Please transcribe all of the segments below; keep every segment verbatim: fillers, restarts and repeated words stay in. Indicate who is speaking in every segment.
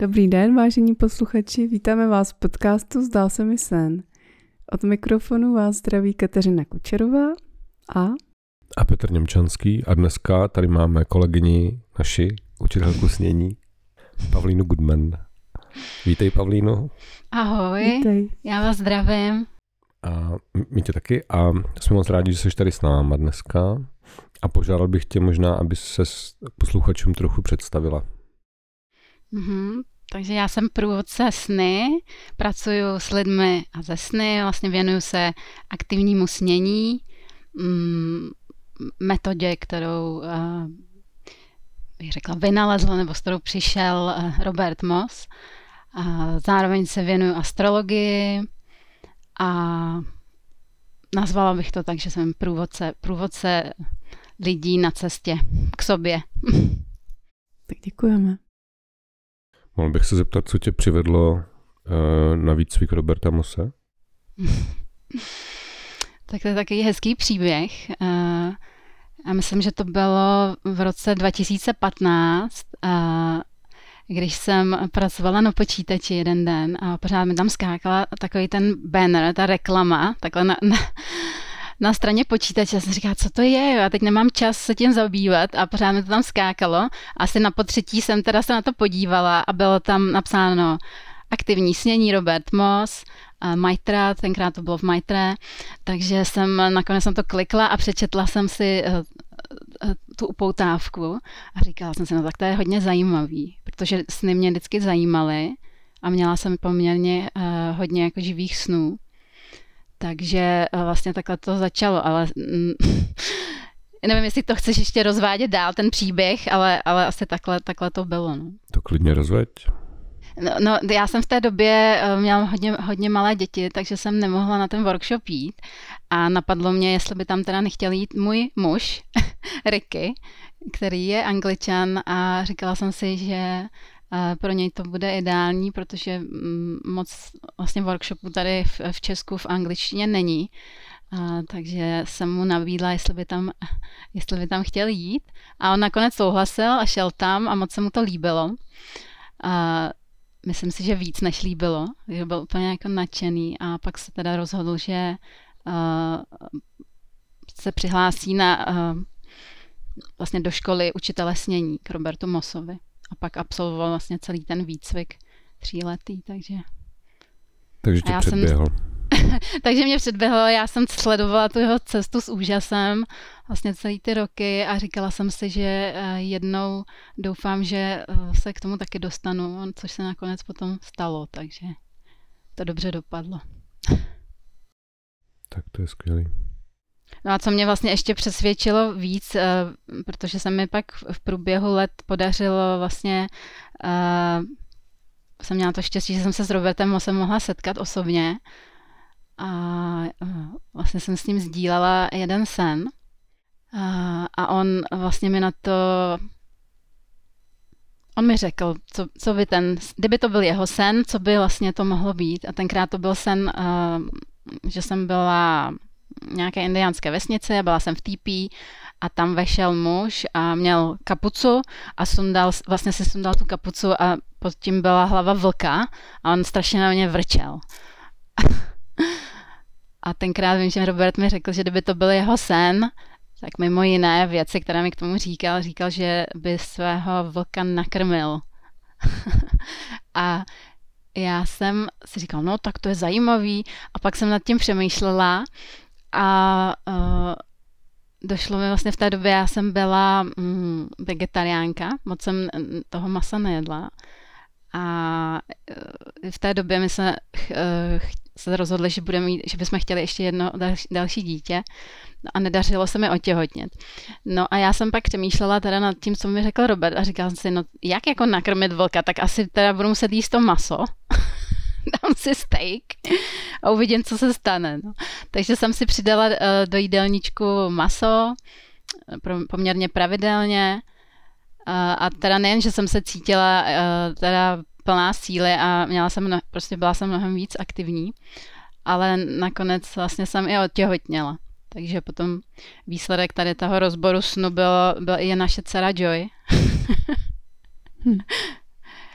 Speaker 1: Dobrý den, vážení posluchači, vítáme vás v podcastu Zdál se mi sen. Od mikrofonu vás zdraví Kateřina Kučerová a...
Speaker 2: A Petr Němčanský a dneska tady máme kolegyni naši, učitelku snění, Pavlínu Goodman. Vítej, Pavlíno.
Speaker 3: Ahoj,
Speaker 1: Vítej.
Speaker 3: Já vás zdravím.
Speaker 2: A my tě taky a jsme moc rádi, že jsi tady s náma dneska a požádal bych tě možná, aby se posluchačům trochu představila.
Speaker 3: Mhm. Takže já jsem průvodce sny, pracuji s lidmi a ze sny, vlastně věnuju se aktivnímu snění, mm, metodě, kterou uh, bych řekla vynalezl, nebo s kterou přišel uh, Robert Moss. A zároveň se věnuju astrologii a nazvala bych to tak, že jsem průvodce, průvodce lidí na cestě k sobě.
Speaker 1: Tak děkujeme.
Speaker 2: Mohl bych se zeptat, co tě přivedlo uh, na výcvik Roberta Mosse?
Speaker 3: Tak to je takový hezký příběh. Uh, a myslím, že to bylo v roce dva tisíce patnáct, uh, když jsem pracovala na počítači jeden den a pořád mi tam skákala takový ten banner, ta reklama, takhle na, na, na straně počítače. Já jsem říkala, co to je? Já teď nemám čas se tím zabývat a pořád mi to tam skákalo. Asi na potřetí jsem teda se na to podívala a bylo tam napsáno aktivní snění Robert Moss, Maitra, tenkrát to bylo v Maitre, takže jsem nakonec jsem to klikla a přečetla jsem si tu upoutávku a říkala jsem si, no tak to je hodně zajímavý, protože sny mě vždycky zajímaly a měla jsem poměrně uh, hodně jako živých snů. Takže uh, vlastně takhle to začalo, ale mm, nevím, jestli to chceš ještě rozvádět dál, ten příběh, ale, ale asi takhle, takhle to bylo. No.
Speaker 2: To klidně rozveď.
Speaker 3: No, no, já jsem v té době uh, měla hodně, hodně malé děti, takže jsem nemohla na ten workshop jít a napadlo mě, jestli by tam teda nechtěl jít můj muž, Ricky, který je Angličan a říkala jsem si, že uh, pro něj to bude ideální, protože um, moc vlastně workshopů tady v, v Česku v angličtině není. Uh, takže jsem mu nabídla, jestli by, tam, jestli by tam chtěl jít a on nakonec souhlasil a šel tam a moc se mu to líbilo. Uh, Myslím si, že víc než líbilo, že byl úplně jako nadšený a pak se teda rozhodl, že uh, se přihlásí na uh, vlastně do školy učitele snění k Robertu Mossovi a pak absolvoval vlastně celý ten výcvik tříletý, takže...
Speaker 2: Takže tě předběhl. Jsem...
Speaker 3: takže mě předběhl, já jsem sledovala tu jeho cestu s úžasem vlastně celý ty roky a říkala jsem si, že jednou doufám, že se k tomu taky dostanu, což se nakonec potom stalo, takže to dobře dopadlo.
Speaker 2: Tak to je skvělý.
Speaker 3: No a co mě vlastně ještě přesvědčilo víc, protože se mi pak v průběhu let podařilo vlastně, jsem měla to štěstí, že jsem se s Robertem Mossem mohla setkat osobně, a vlastně jsem s ním sdílela jeden sen a, a on vlastně mi na to, on mi řekl, co, co by ten, kdyby to byl jeho sen, co by vlastně to mohlo být. A tenkrát to byl sen, uh, že jsem byla v nějaké indiánské vesnici, byla jsem v týpí a tam vešel muž a měl kapucu a sundal, vlastně si sundal tu kapucu a pod tím byla hlava vlka a on strašně na mě vrčel. A tenkrát vím, že Robert mi řekl, že kdyby to byl jeho sen, tak mimo jiné věci, které mi k tomu říkal, říkal, že by svého vlka nakrmil. A já jsem si říkal, no tak to je zajímavý. A pak jsem nad tím přemýšlela a uh, došlo mi vlastně v té době, já jsem byla mm, vegetariánka, moc jsem toho masa nejedla. A uh, v té době my jsme uh, se rozhodli, že, budeme mít, že bychom chtěli ještě jedno další, další dítě a nedařilo se mi otěhotnět. No a já jsem pak přemýšlela teda nad tím, co mi řekl Robert a říkala jsem si, no jak jako nakrmit vlka, tak asi teda budu muset jíst to maso, dám si steak a uvidím, co se stane. No. Takže jsem si přidala uh, do jídelníčku maso pro, poměrně pravidelně uh, a teda nejen, že jsem se cítila uh, teda plná síly a měla jsem, mno, prostě byla jsem mnohem víc aktivní, ale nakonec vlastně jsem i otěhotněla. Takže potom výsledek tady toho rozboru snu byl, byl i naše dcera Joy. hmm.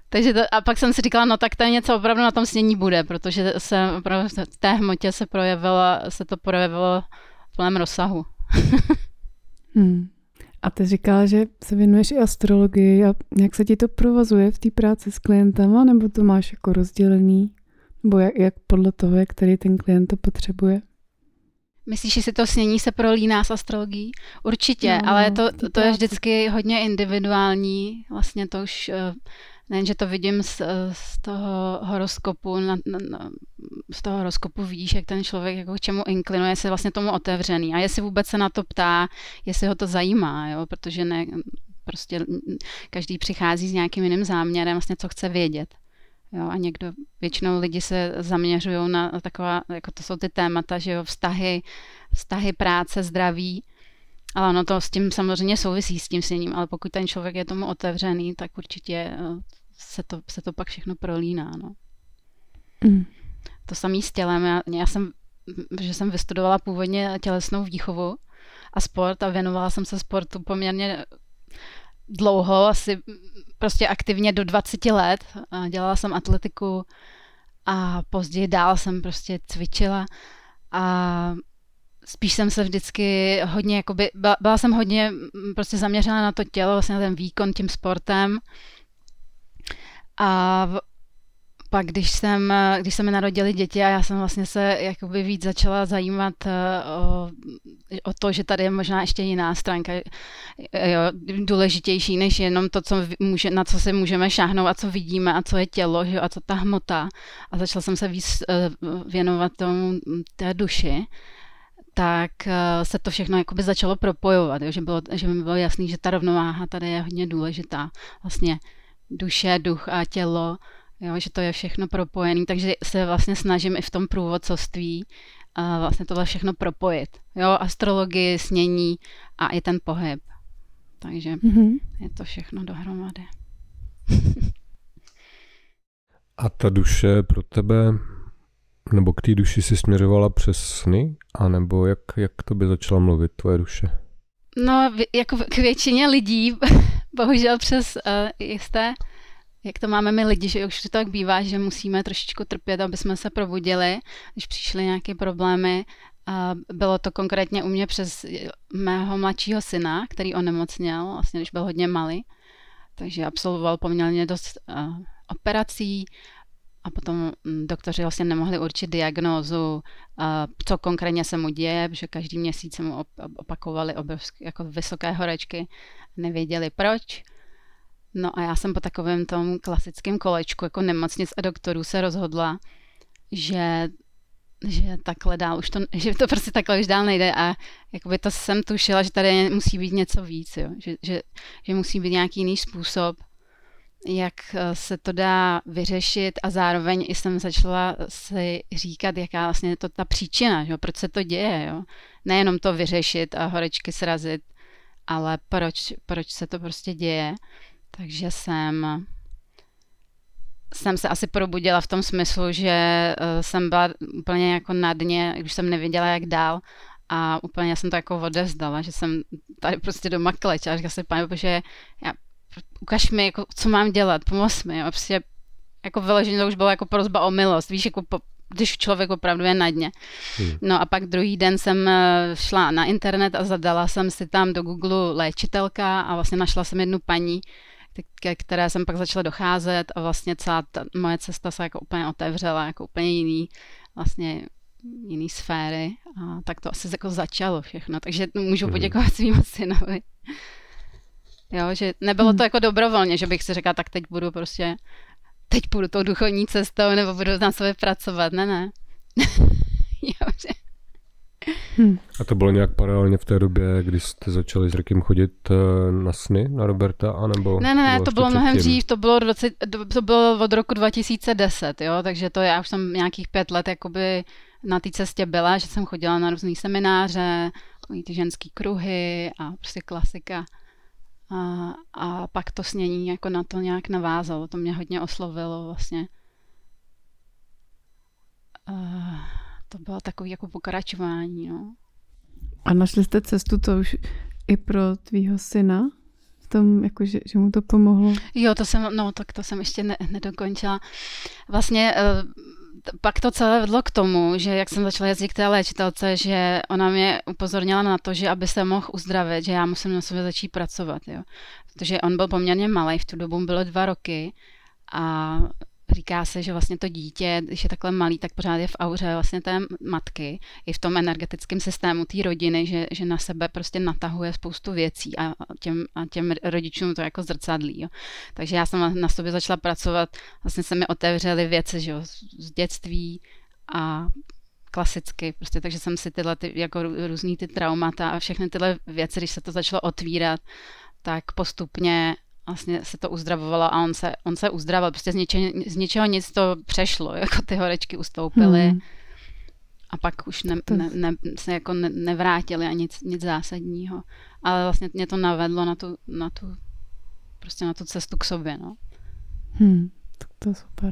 Speaker 3: Takže to, a pak jsem si říkala, no tak to je něco opravdu na tom snění bude, protože se opravdu v té hmotě se projevilo, se to projevilo v plném rozsahu.
Speaker 1: Hmm. A ty říkala, že se věnuješ i astrologii a jak se ti to provazuje v té práci s klientama, nebo to máš jako rozdělený? Nebo jak, jak podle toho, jak který ten klient to potřebuje?
Speaker 3: Myslíš, že si to snění se prolíná s astrologií? Určitě, no, ale to, to, to je vždycky hodně individuální. Vlastně to už, nejen, že to vidím z, z toho horoskopu, na, na, z toho horoskopu vidíš, jak ten člověk jako k čemu inklinuje, jestli je vlastně tomu otevřený a jestli vůbec se na to ptá, jestli ho to zajímá, jo? Protože ne, prostě každý přichází s nějakým jiným záměrem, vlastně co chce vědět. Jo, a někdo, většinou lidi se zaměřují na taková, jako to jsou ty témata, že jo, vztahy, vztahy, práce, zdraví, ale ono to s tím samozřejmě souvisí s tím sněním, ale pokud ten člověk je tomu otevřený, tak určitě se to, se to pak všechno prolíná, no. Mm. To samý s tělem, já, já jsem, že jsem vystudovala původně tělesnou výchovu a sport a věnovala jsem se sportu poměrně dlouho, asi prostě aktivně do dvaceti let. Dělala jsem atletiku a později dál jsem prostě cvičila a spíš jsem se vždycky hodně, jakoby, byla, byla jsem hodně prostě zaměřena na to tělo, vlastně na ten výkon tím sportem a pak, když jsem, když se mi narodili děti a já jsem vlastně se jakoby víc začala zajímat o, o to, že tady je možná ještě jiná stránka, jo, důležitější než jenom to, co může, na co se můžeme šáhnout a co vidíme a co je tělo, že, a co ta hmota. A začala jsem se víc věnovat tomu té duši, tak se to všechno jakoby začalo propojovat, jo, že, bylo, že mi bylo jasný, že ta rovnováha tady je hodně důležitá. Vlastně duše, duch a tělo, jo, že to je všechno propojené, takže se vlastně snažím i v tom průvodcovství uh, vlastně tohle všechno propojit. Jo, astrologii, snění a i ten pohyb. Takže mm-hmm. je to všechno dohromady.
Speaker 2: A ta duše pro tebe, nebo k té duši si směřovala přes sny? A nebo jak, jak to by začala mluvit tvoje duše?
Speaker 3: No, jako k většině lidí, bohužel přes uh, jisté jak to máme my lidi, že už to tak bývá, že musíme trošičku trpět, aby jsme se probudili, když přišly nějaké problémy. A bylo to konkrétně u mě přes mého mladšího syna, který onemocněl, vlastně když byl hodně malý. Takže absolvoval poměrně dost uh, operací a potom doktoři vlastně nemohli určit diagnózu, uh, co konkrétně se mu děje, protože každý měsíc se mu opakovali obrovské, jako vysoké horečky, nevěděli proč. No a já jsem po takovém tom klasickém kolečku jako nemocnic a doktorů se rozhodla, že, že takhle dál už to, že to prostě takhle už dál nejde a jakoby to jsem tušila, že tady musí být něco víc, jo? Že, že, že musí být nějaký jiný způsob, jak se to dá vyřešit a zároveň i jsem začala si říkat, jaká vlastně je to ta příčina, že? Proč se to děje, jo? Nejenom to vyřešit a horečky srazit, ale proč, proč se to prostě děje. Takže jsem, jsem se asi probudila v tom smyslu, že jsem byla úplně jako na dně, když jsem nevěděla, jak dál a úplně jsem to jako odevzdala, že jsem tady prostě doma klečela a říkala si, pane Bože, já, ukaž mi, jako, co mám dělat, pomoz mi. A prostě jako vyloženě to už bylo jako prosba o milost, víš, jako po, když člověk opravdu je na dně. Hmm. No a pak druhý den jsem šla na internet a zadala jsem si tam do Google léčitelka a vlastně našla jsem jednu paní, ke které jsem pak začala docházet a vlastně celá ta moje cesta se jako úplně otevřela, jako úplně jiný, vlastně jiný sféry a tak to asi jako začalo všechno, takže můžu poděkovat svým synovi. Jo, že nebylo to jako dobrovolně, že bych si řekla, tak teď budu prostě, teď půjdu tou duchovní cestou nebo budu na sobě pracovat, ne, ne. Jo, že...
Speaker 2: Hmm. A to bylo nějak paralelně v té době, kdy jste začali s Rickem chodit na sny na Roberta, anebo?
Speaker 3: Ne, ne, ne, to bylo mnohem dřív, to bylo, dvacet, to bylo od roku dva tisíce deset, jo, takže to já už jsem nějakých pět let jakoby na té cestě byla, že jsem chodila na různý semináře, ty ženský kruhy a prostě klasika. A, a pak to snění jako na to nějak navázalo, to mě hodně oslovilo vlastně. Uh, to bylo takový jako pokračování, no.
Speaker 1: A našli jste cestu to už i pro tvýho syna? v tom, jako, že, že mu to pomohlo?
Speaker 3: Jo, to jsem, no tak to jsem ještě ne, nedokončila. Vlastně pak to celé vedlo k tomu, že jak jsem začala jezdit k té léčitelce, že ona mě upozornila na to, že aby se mohl uzdravit, že já musím na sobě začít pracovat, jo. Protože on byl poměrně malý, v tu dobu bylo dva roky a říká se, že vlastně to dítě, když je takhle malý, tak pořád je v auře vlastně té matky, i v tom energetickém systému té rodiny, že, že na sebe prostě natahuje spoustu věcí a těm, a těm rodičům to jako zrcadlí. Jo. Takže já jsem na sobě začala pracovat, vlastně se mi otevřely věci, že jo, z dětství a klasicky, prostě, takže jsem si tyhle ty, jako různý ty traumata a všechny tyhle věci, když se to začalo otvírat, tak postupně vlastně se to uzdravovalo a on se, on se uzdravil. Prostě z ničeho, z ničeho nic to přešlo, jako ty horečky ustoupily hmm. a pak už ne, ne, ne, se jako ne, nevrátili a nic, nic zásadního. Ale vlastně mě to navedlo na tu, na tu, prostě na tu cestu k sobě, no.
Speaker 1: Hmm, tak to je super.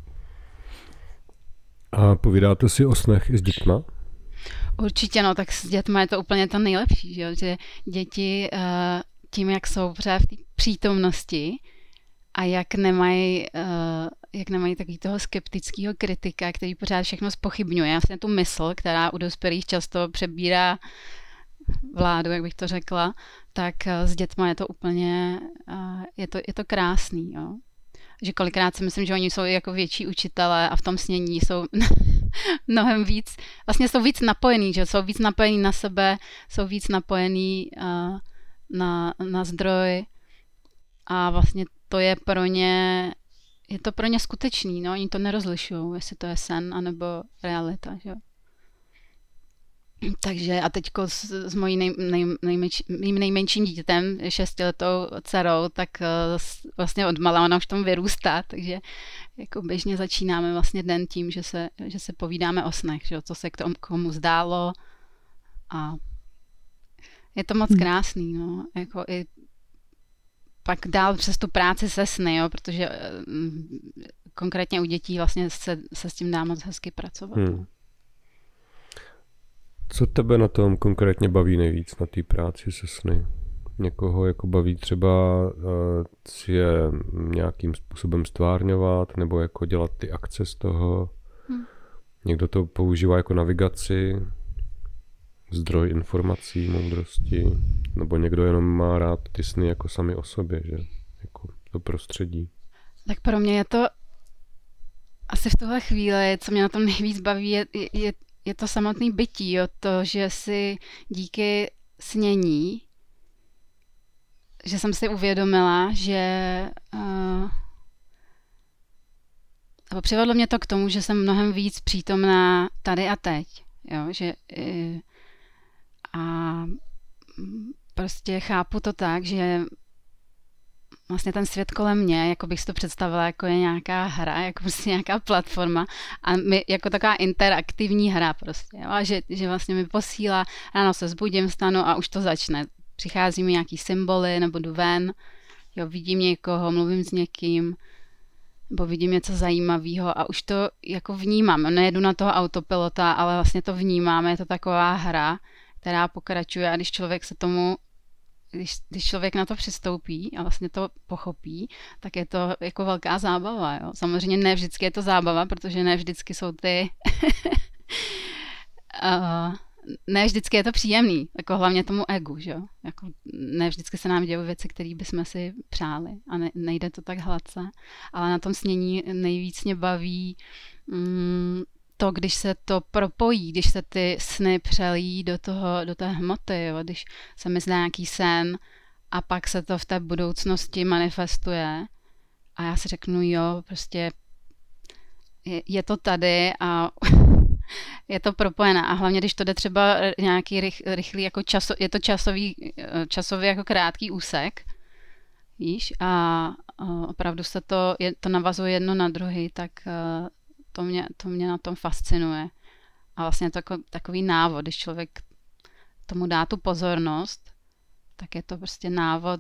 Speaker 2: A povídáte si o snech i s dětma?
Speaker 3: Určitě, no, tak s dětma je to úplně to nejlepší, že, že děti uh, tím, jak jsou pořád v té přítomnosti a jak nemají, uh, jak nemají takový toho skeptického kritika, který pořád všechno zpochybňuje. Vlastně tu mysl, která u dospělých často přebírá vládu, jak bych to řekla, tak uh, s dětma je to úplně, uh, je to, je to krásný, jo. Že kolikrát si myslím, že oni jsou jako větší učitelé a v tom snění jsou mnohem víc, vlastně jsou víc napojení, že jsou víc napojení na sebe, jsou víc napojení uh, na, na zdroj a vlastně to je pro ně, je to pro ně skutečný, no, oni to nerozlišují, jestli to je sen anebo realita, že jo. Takže a teďko s, s mojí nej, nej, nejmenč, mým nejmenším dítětem, šestiletou dcerou, tak uh, vlastně odmala ona už tomu vyrůstá, takže jako běžně začínáme vlastně den tím, že se, že se povídáme o snech, že jo, co se k tomu komu zdálo a je to moc krásný, no, jako i pak dál přes tu práci se sny, jo, protože uh, konkrétně u dětí vlastně se, se s tím dá moc hezky pracovat. Hmm.
Speaker 2: Co tebe na tom konkrétně baví nejvíc, na té práci se sny? Někoho jako baví třeba uh, si je nějakým způsobem stvárňovat, nebo jako dělat ty akce z toho. Hmm. Někdo to používá jako navigaci, zdroj informací, moudrosti, nebo někdo jenom má rád ty sny jako sami o sobě, že? Jako to prostředí.
Speaker 3: Tak pro mě je to asi v tuhle chvíli, co mě na tom nejvíc baví, je, je Je to samotný bytí, jo, to, že si díky snění, že jsem si uvědomila, že uh, přivedlo mě to k tomu, že jsem mnohem víc přítomná tady a teď, jo, že uh, a prostě chápu to tak, že vlastně ten svět kolem mě, jako bych si to představila, jako je nějaká hra, jako prostě nějaká platforma a my, jako taková interaktivní hra prostě, jo? A že, že vlastně mi posílá, ráno se zbudím, vstanu a už to začne. Přichází mi nějaký symboly, nebo jdu ven, jo, vidím někoho, mluvím s někým, nebo vidím něco zajímavého a už to jako vnímám. Nejedu na toho autopilota, ale vlastně to vnímám, je to taková hra, která pokračuje a když člověk se tomu Když, když člověk na to přistoupí a vlastně to pochopí, tak je to jako velká zábava. Jo? Samozřejmě ne vždycky je to zábava, protože ne vždycky jsou ty... uh, ne vždycky je to příjemný, jako hlavně tomu egu, že jo? Jako ne vždycky se nám dějí věci, které bychom si přáli a ne, nejde to tak hladce, ale na tom snění nejvíc mě baví mm, to, když se to propojí, když se ty sny přelíjí do toho, do té hmoty, jo? Když se mi zdá nějaký sen a pak se to v té budoucnosti manifestuje a já si řeknu, jo, prostě je, je to tady a je to propojené a hlavně, když to jde třeba nějaký rych, rychlý, jako časo, je to časový, časový jako krátký úsek, víš, a, a opravdu se to, je, to navazuje jedno na druhý, tak To mě, to mě na tom fascinuje. A vlastně to jako takový návod, když člověk tomu dá tu pozornost, tak je to prostě návod.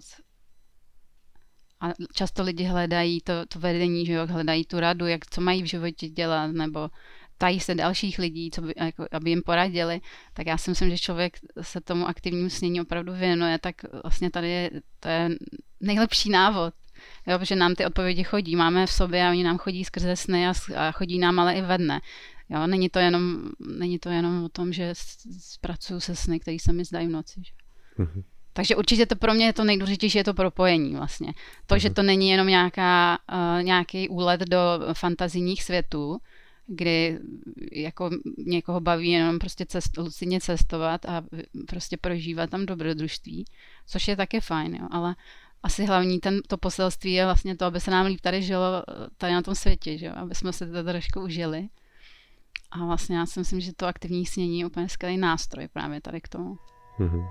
Speaker 3: A často lidi hledají to, to vedení, že jo, hledají tu radu, jak, co mají v životě dělat, nebo ptají se dalších lidí, co by, jako, aby jim poradili, tak já si myslím, že člověk se tomu aktivnímu snění opravdu věnuje, tak vlastně tady je, to je nejlepší návod. Jo, protože nám ty odpovědi chodí, máme v sobě a oni nám chodí skrze sny a, a chodí nám ale i ve dne. Jo, není to jenom, není to jenom o tom, že zpracuju se sny, které se mi zdají v noci. Že? Mm-hmm. Takže určitě to pro mě je to nejdůležitější, je to propojení vlastně. To, mm-hmm. že to není jenom nějaká, uh, nějaký úlet do fantazijních světů, kdy jako někoho baví jenom prostě cest, lucidně cestovat a prostě prožívat tam dobrodružství, což je taky fajn, jo, ale asi hlavní ten, to poselství je vlastně to, aby se nám líp tady žilo tady na tom světě, že jo? Aby jsme se to trošku užili. A vlastně já si myslím, že to aktivní snění je úplně skvělý nástroj právě tady k tomu. Mm-hmm.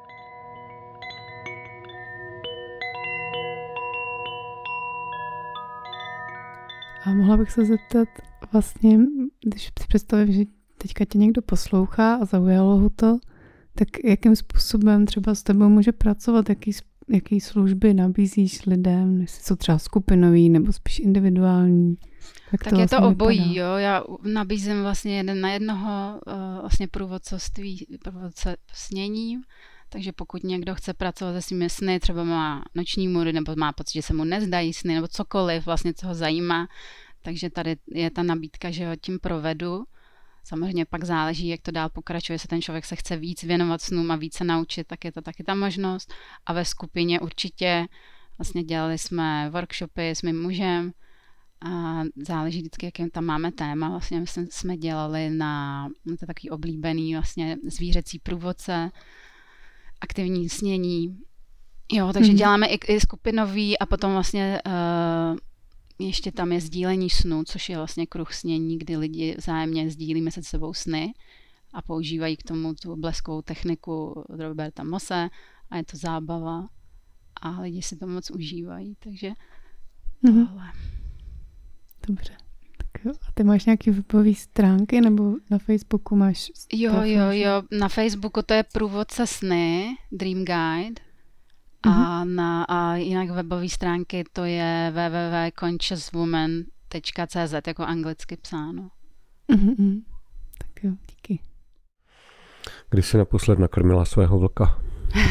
Speaker 1: A mohla bych se zeptat vlastně, když si představím, že teďka tě někdo poslouchá a zaujalo ho to, tak jakým způsobem třeba s tebou může pracovat, jaký jaký služby nabízíš lidem, jestli jsou třeba skupinový nebo spíš individuální?
Speaker 3: Tak, tak to je vlastně to obojí, vypadá. Jo. Já nabízím vlastně jeden na jednoho uh, vlastně průvodcovství, průvodce sněním, takže pokud někdo chce pracovat se svými sny, třeba má noční můry, nebo má pocit, že se mu nezdají sny, nebo cokoliv vlastně, co ho zajímá, takže tady je ta nabídka, že ho tím provedu. Samozřejmě pak záleží, jak to dál pokračuje, jestli ten člověk se chce víc věnovat snům a více naučit, tak je to taky ta možnost. A ve skupině určitě vlastně dělali jsme workshopy s mým mužem a záleží vždycky, jakým tam máme téma. Vlastně my jsme dělali na, to je takový oblíbený vlastně zvířecí průvodce, aktivní snění. Jo, takže mm-hmm. děláme i, i skupinový a potom vlastně uh, ještě tam je sdílení snů, což je vlastně kruh snění, kdy lidi vzájemně sdílí mezi sebou sny a používají k tomu tu bleskovou techniku od Roberta Mosse a je to zábava a lidi si to moc užívají, takže tohle. Mm-hmm.
Speaker 1: Dobře. Tak jo. A ty máš nějaké webové stránky nebo na Facebooku máš?
Speaker 3: Jo, jo, jo. Na Facebooku to je průvodce sny, Dream Guide. A, na, a jinak webové stránky to je w w w tečka conscious woman tečka c z, jako anglicky psáno.
Speaker 1: Mm-hmm. Tak jo, díky.
Speaker 2: Kdy jsi naposled nakrmila svého vlka?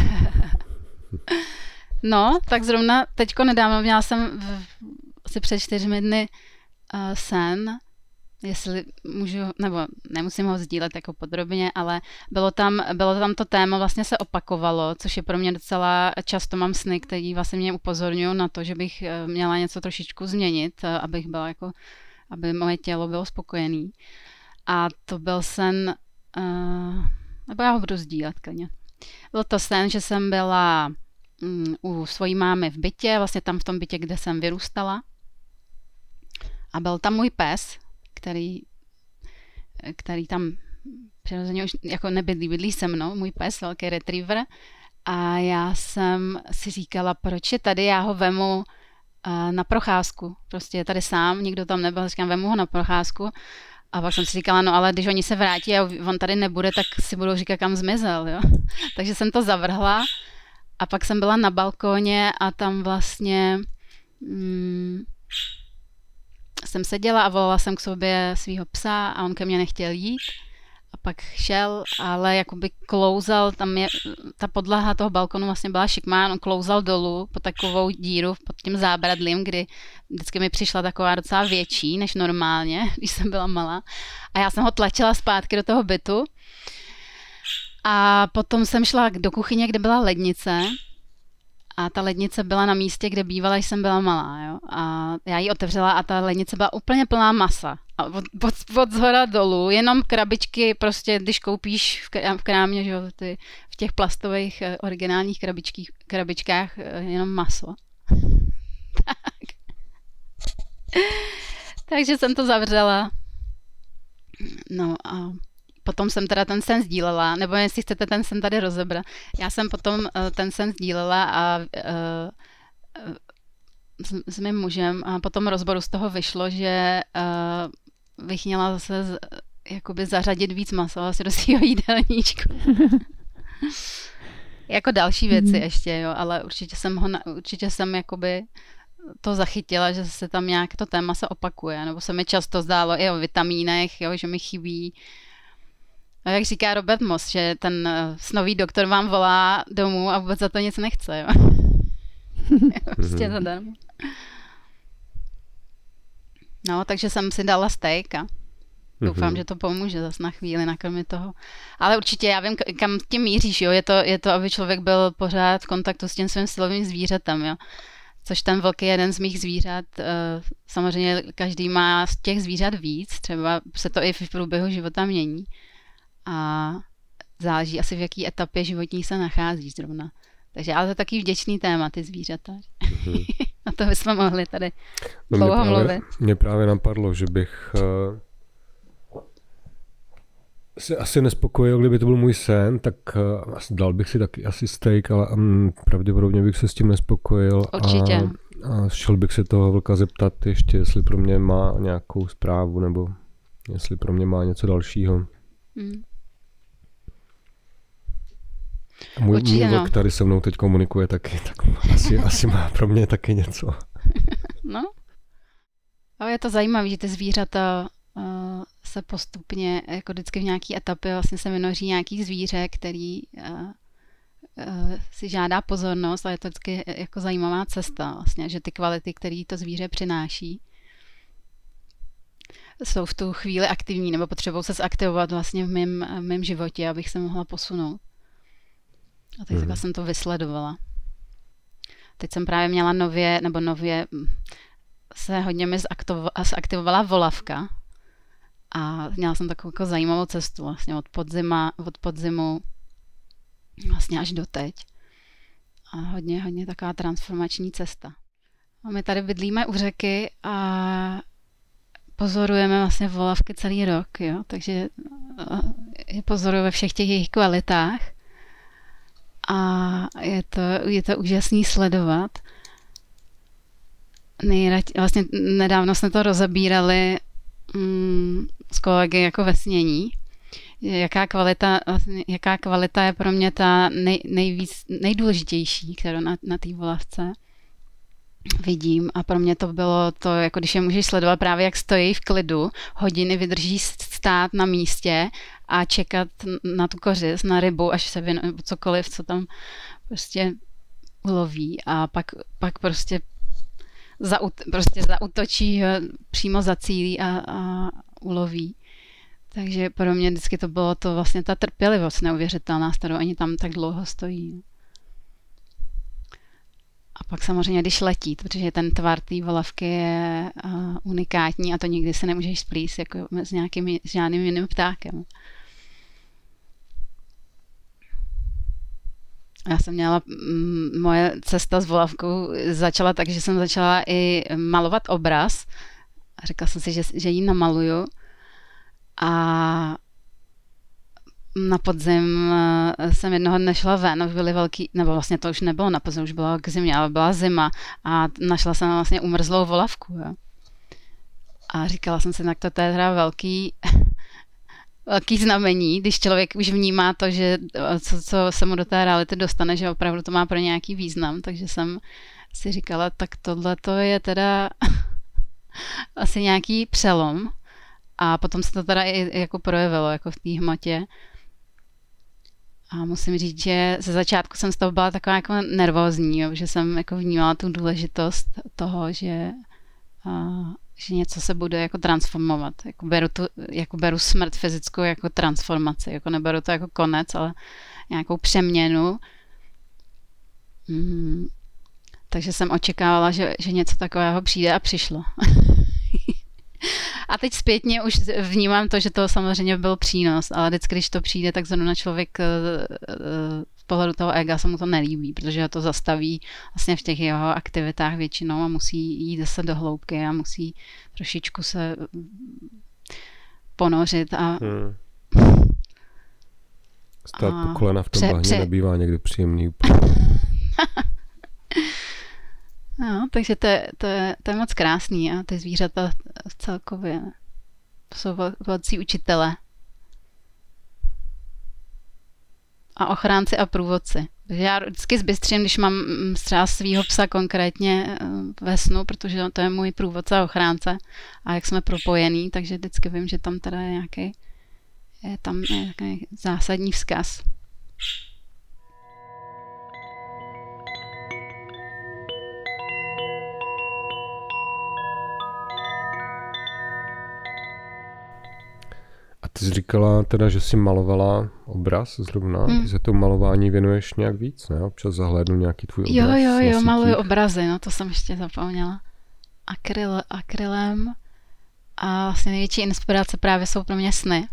Speaker 3: No, tak zrovna teďko nedávno měla jsem v, asi před čtyřmi dny uh, sen, jestli můžu, nebo nemusím ho sdílet jako podrobně, ale bylo tam, bylo tam to téma, vlastně se opakovalo, což je pro mě docela, často mám sny, který vlastně mě upozorňují na to, že bych měla něco trošičku změnit, abych byla jako, aby moje tělo bylo spokojený. A to byl sen, uh, nebo já ho budu sdílet klidně. Byl to sen, že jsem byla um, u svojí mámy v bytě, vlastně tam v tom bytě, kde jsem vyrůstala. A byl tam můj pes, který, který tam přirozeně už jako nebydlí, bydlí se mnou, můj pes, velký retriever. A já jsem si říkala, proč je tady, já ho vemu uh, na procházku. Prostě je tady sám, nikdo tam nebyl, říkám, vemu ho na procházku. A pak jsem si říkala, no ale když oni se vrátí a on tady nebude, tak si budou říkat, kam zmizel, jo. Takže jsem to zavrhla a pak jsem byla na balkóně a tam vlastně mm, jsem seděla a volala jsem k sobě svého psa a on ke mně nechtěl jít. A pak šel, ale jakoby klouzal, tam je, ta podlaha toho balkonu vlastně byla šikmá, on klouzal dolů po takovou díru pod tím zábradlím, kdy vždycky mi přišla taková docela větší než normálně, když jsem byla malá. A já jsem ho tlačila zpátky do toho bytu. A potom jsem šla do kuchyně, kde byla lednice. A ta lednice byla na místě, kde bývala, když jsem byla malá. Jo? A já ji otevřela a ta lednice byla úplně plná masa. A od, od, od zhora dolů, jenom krabičky, prostě když koupíš v, krám, v krámě, že jo, ty, v těch plastových originálních krabičkých, krabičkách jenom maso. Tak. Takže jsem to zavřela. No a potom jsem teda ten sen sdílela, nebo jestli chcete ten sen tady rozebrat. Já jsem potom uh, ten sen sdílela a uh, uh, s, s mým mužem a potom rozboru z toho vyšlo, že uh, bych měla zase z, jakoby zařadit víc masa asi do svého jídelníčku. Jako další věci mm. ještě, jo, ale určitě jsem ho, určitě jsem jakoby to zachytila, že se tam nějak to téma se opakuje, nebo se mi často zdálo i o vitamínech, jo, že mi chybí. A jak říká Robert Moss, že ten snový doktor vám volá domů a vůbec za to nic nechce, jo. Prostě zadarmo. No, takže jsem si dala steak a doufám, mm-hmm. že to pomůže zase na chvíli nakrmit toho. Ale určitě já vím, kam tím míříš, jo. Je to, je to, aby člověk byl pořád v kontaktu s tím svým silovým zvířetem, jo. Což ten vlk je jeden z mých zvířat. Samozřejmě každý má z těch zvířat víc, třeba se to i v průběhu života mění. A záleží asi, v jaký etapě životní se nachází zrovna. Takže ale to je taky vděčný téma, ty zvířata. Mm-hmm. Na to bychom mohli tady
Speaker 2: no
Speaker 3: dlouho
Speaker 2: mě právě,
Speaker 3: mluvit.
Speaker 2: Mně právě napadlo, že bych uh, se asi nespokojil, kdyby to byl můj sen, tak uh, dal bych si taky asi steak, ale um, pravděpodobně bych se s tím nespokojil.
Speaker 3: Určitě.
Speaker 2: A, a šel bych se toho vlka zeptat ještě, jestli pro mě má nějakou zprávu, nebo jestli pro mě má něco dalšího. Hmm. Můj, můj vlk no. tady se mnou teď komunikuje taky, tak asi, asi má pro mě taky něco.
Speaker 3: No. Ale je to zajímavé, že ty zvířata uh, se postupně, jako vždycky v nějaké etapě vlastně se vynoří nějaký zvíře, který uh, uh, si žádá pozornost, ale je to vždycky jako zajímavá cesta vlastně, že ty kvality, které to zvíře přináší, jsou v tu chvíli aktivní, nebo potřebují se zaktivovat vlastně v mém, v mém životě, abych se mohla posunout. A tak mm. jsem to vysledovala. Teď jsem právě měla nově, nebo nově se hodně mi zaktivovala volavka a měla jsem takovou jako zajímavou cestu vlastně od podzima, od podzimu vlastně až do teď. A hodně, hodně taková transformační cesta. A my tady bydlíme u řeky a pozorujeme vlastně volavky celý rok, jo, takže je pozoruju ve všech těch jejich kvalitách. A je to, je to úžasný sledovat. Nejrad, vlastně nedávno jsme to rozebírali mm, s kolegy jako ve snění. Jaká kvalita, vlastně, jaká kvalita je pro mě ta nej, nejvíc, nejdůležitější, kterou na, na té volavce vidím. A pro mě to bylo to, jako když je můžeš sledovat právě, jak stojí v klidu, hodiny vydrží stát na místě a čekat na tu kořist, na rybu, až se věnuje, nebo cokoliv, co tam prostě uloví a pak, pak prostě, zaut, prostě zautočí, přímo zacílí a, a uloví. Takže pro mě vždycky to bylo to vlastně ta trpělivost neuvěřitelná, s kterou ani tam tak dlouho stojí. A pak samozřejmě, když letí, protože ten tvar té volavky je uh, unikátní a to nikdy se nemůžeš splíst jako s nějakým s žádným jiným ptákem. Já jsem měla, m, moje cesta s volavkou začala tak, že jsem začala i malovat obraz. A řekla jsem si, že, že ji namaluju. A na podzim jsem jednoho dne šla ven, už byly velký, nebo vlastně to už nebylo na podzim, už bylo k zimě, ale byla zima a našla jsem vlastně umrzlou volavku. Jo. A říkala jsem si, tak to, to je teda velký, velký znamení, když člověk už vnímá to, že co, co se mu do té reality dostane, že opravdu to má pro nějaký význam, takže jsem si říkala, tak tohle to je teda asi nějaký přelom. A potom se to teda i jako projevilo jako v té hmotě. A musím říct, že ze začátku jsem z toho byla taková jako nervózní, jo, že jsem jako vnímala tu důležitost toho, že, a, že něco se bude jako transformovat. Jako beru, tu, jako beru smrt fyzickou jako transformaci. Jako neberu to jako konec, ale nějakou přeměnu. Mm. Takže jsem očekávala, že, že něco takového přijde a přišlo. A teď zpětně už vnímám to, že to samozřejmě byl přínos, ale vždycky, když to přijde, tak zrovna člověk z pohledu toho ega se mu to nelíbí, protože ho to zastaví vlastně v těch jeho aktivitách většinou a musí jít zase do hloubky a musí trošičku se ponořit a... Hmm.
Speaker 2: Stát po kolena v tom pře- bahně pře- nebývá někdy příjemný.
Speaker 3: No, takže to je, to, je, to je moc krásný a ty zvířata celkově jsou velcí učitele. a ochránci a průvodci. Takže já vždycky zbystřím, když mám třeba svýho psa konkrétně ve snu, protože to je můj průvodce a ochránce a jak jsme propojení, takže vždycky vím, že tam teda je nějaký, je tam nějaký zásadní vzkaz.
Speaker 2: A ty jsi říkala teda, že jsi malovala obraz zrovna. Hmm. Ty se tomu malování věnuješ nějak víc, ne? Občas zahlédnu nějaký tvůj obraz.
Speaker 3: Jo, jo, jo, maluju obrazy, no to jsem ještě zapomněla. Akryl, akrylem a vlastně největší inspirace právě jsou pro mě sny.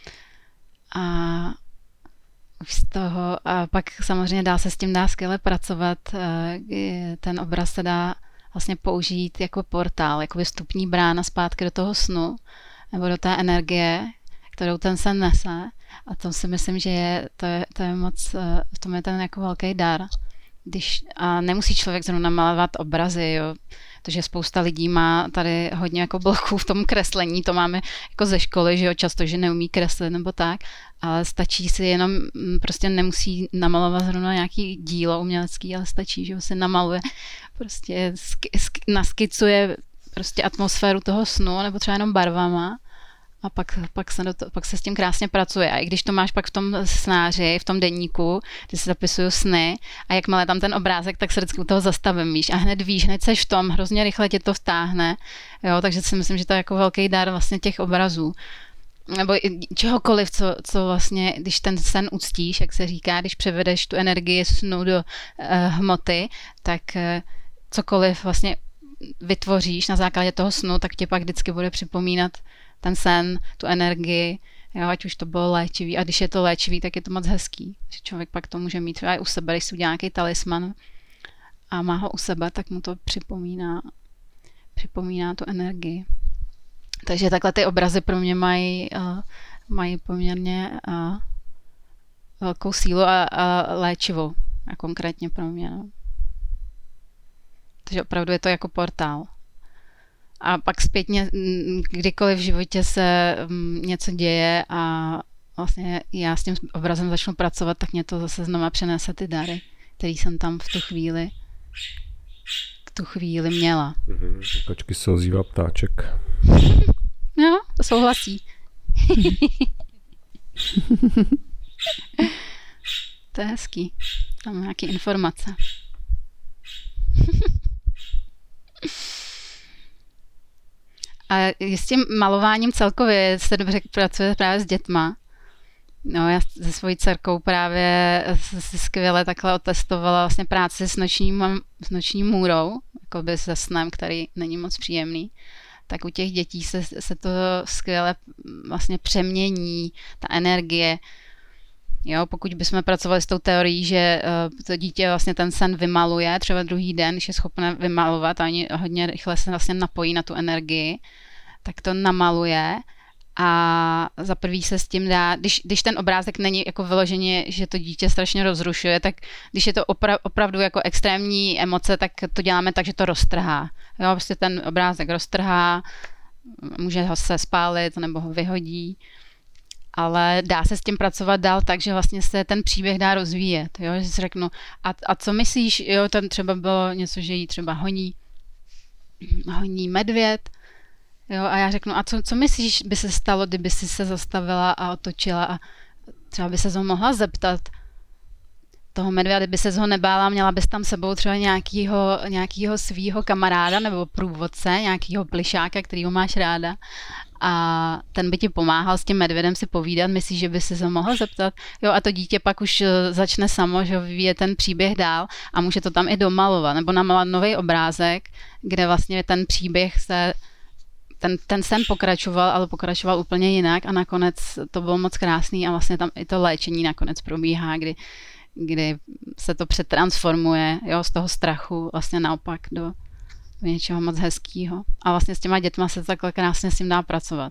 Speaker 3: A už z toho, a pak samozřejmě dá se s tím dá skvěle pracovat. Ten obraz se dá vlastně použít jako portál, jako vstupní brána zpátky do toho snu, nebo do té energie, kterou ten sen nese. A to si myslím, že je, to je, to je moc, v tom je ten jako velký dar. Když, a nemusí člověk zrovna malovat obrazy, jo. Protože spousta lidí má tady hodně jako bloků v tom kreslení, to máme jako ze školy, že jo, často, že neumí kreslit nebo tak, ale stačí si jenom, prostě nemusí namalovat zrovna nějaký dílo umělecký, ale stačí, že ho si namaluje, prostě sk- sk- naskicuje prostě atmosféru toho snu, nebo třeba jenom barvama a pak, pak, se do to, pak se s tím krásně pracuje. A i když to máš pak v tom snáři, v tom deníku, kde si zapisuju sny a jakmile tam ten obrázek, tak se vždycky u toho zastavím, víš, a hned víš, hned seš v tom, hrozně rychle tě to vtáhne, jo, takže si myslím, že to je jako velký dar vlastně těch obrazů. Nebo čehokoliv, co, co vlastně, když ten sen uctíš, jak se říká, když převedeš tu energii snu do uh, hmoty, tak uh, cokoliv vlastně vytvoříš na základě toho snu, tak tě pak vždycky bude připomínat ten sen, tu energii, jo, ať už to bylo léčivý. A když je to léčivý, tak je to moc hezký. Že člověk pak to může mít třeba i u sebe, když si udělá nějaký talisman a má ho u sebe, tak mu to připomíná, připomíná tu energii. Takže takhle ty obrazy pro mě mají, uh, mají poměrně uh, velkou sílu a, a léčivou. A konkrétně pro mě. No. Takže opravdu je to jako portál. A pak zpětně, kdykoliv v životě se něco děje a vlastně já s tím obrazem začnu pracovat, tak mě to zase znova přenese ty dary, který jsem tam v tu chvíli v tu chvíli měla.
Speaker 2: Mm-hmm. Kačky se ozývá ptáček.
Speaker 3: No, to souhlasí. To je hezký. Tam mám nějaké informace. A s tím malováním celkově se dobře pracuje právě s dětma. No, já se svojí dcerkou právě si skvěle takhle otestovala vlastně práci s nočním, s noční můrou, jakoby se snem, který není moc příjemný. Tak u těch dětí se, se to skvěle vlastně přemění, ta energie. Jo, pokud bychom pracovali s tou teorií, že uh, to dítě vlastně ten sen vymaluje, třeba druhý den, když je schopné vymalovat a oni hodně rychle se vlastně napojí na tu energii, tak to namaluje a za prvý se s tím dá, když, když ten obrázek není jako vyloženě, že to dítě strašně rozrušuje, tak když je to opra, opravdu jako extrémní emoce, tak to děláme tak, že to roztrhá. Jo, prostě ten obrázek roztrhá, může ho se spálit nebo ho vyhodí. Ale dá se s tím pracovat dál tak, že vlastně se ten příběh dá rozvíjet, jo? Že si řeknu, a, a co myslíš, jo, tam třeba bylo něco, že jí třeba honí, honí medvěd, jo, a já řeknu, a co, co myslíš, by se stalo, kdyby si se zastavila a otočila a třeba by se ho mohla zeptat toho medvěda, kdyby se ho nebála, měla bys tam sebou třeba nějakýho, nějakýho svýho kamaráda nebo průvodce, nějakýho plišáka, kterýho máš ráda a ten by ti pomáhal s tím medvědem si povídat, myslíš, že by si se mohl zeptat? Jo, a to dítě pak už začne samo, že vyvíje ten příběh dál a může to tam i domalovat, nebo namalovat nový obrázek, kde vlastně ten příběh se, ten, ten sen pokračoval, ale pokračoval úplně jinak a nakonec to bylo moc krásný a vlastně tam i to léčení nakonec probíhá, kdy, kdy se to přetransformuje, jo, z toho strachu vlastně naopak do něčeho moc hezkýho. A vlastně s těma dětma se takhle krásně s tím dá pracovat.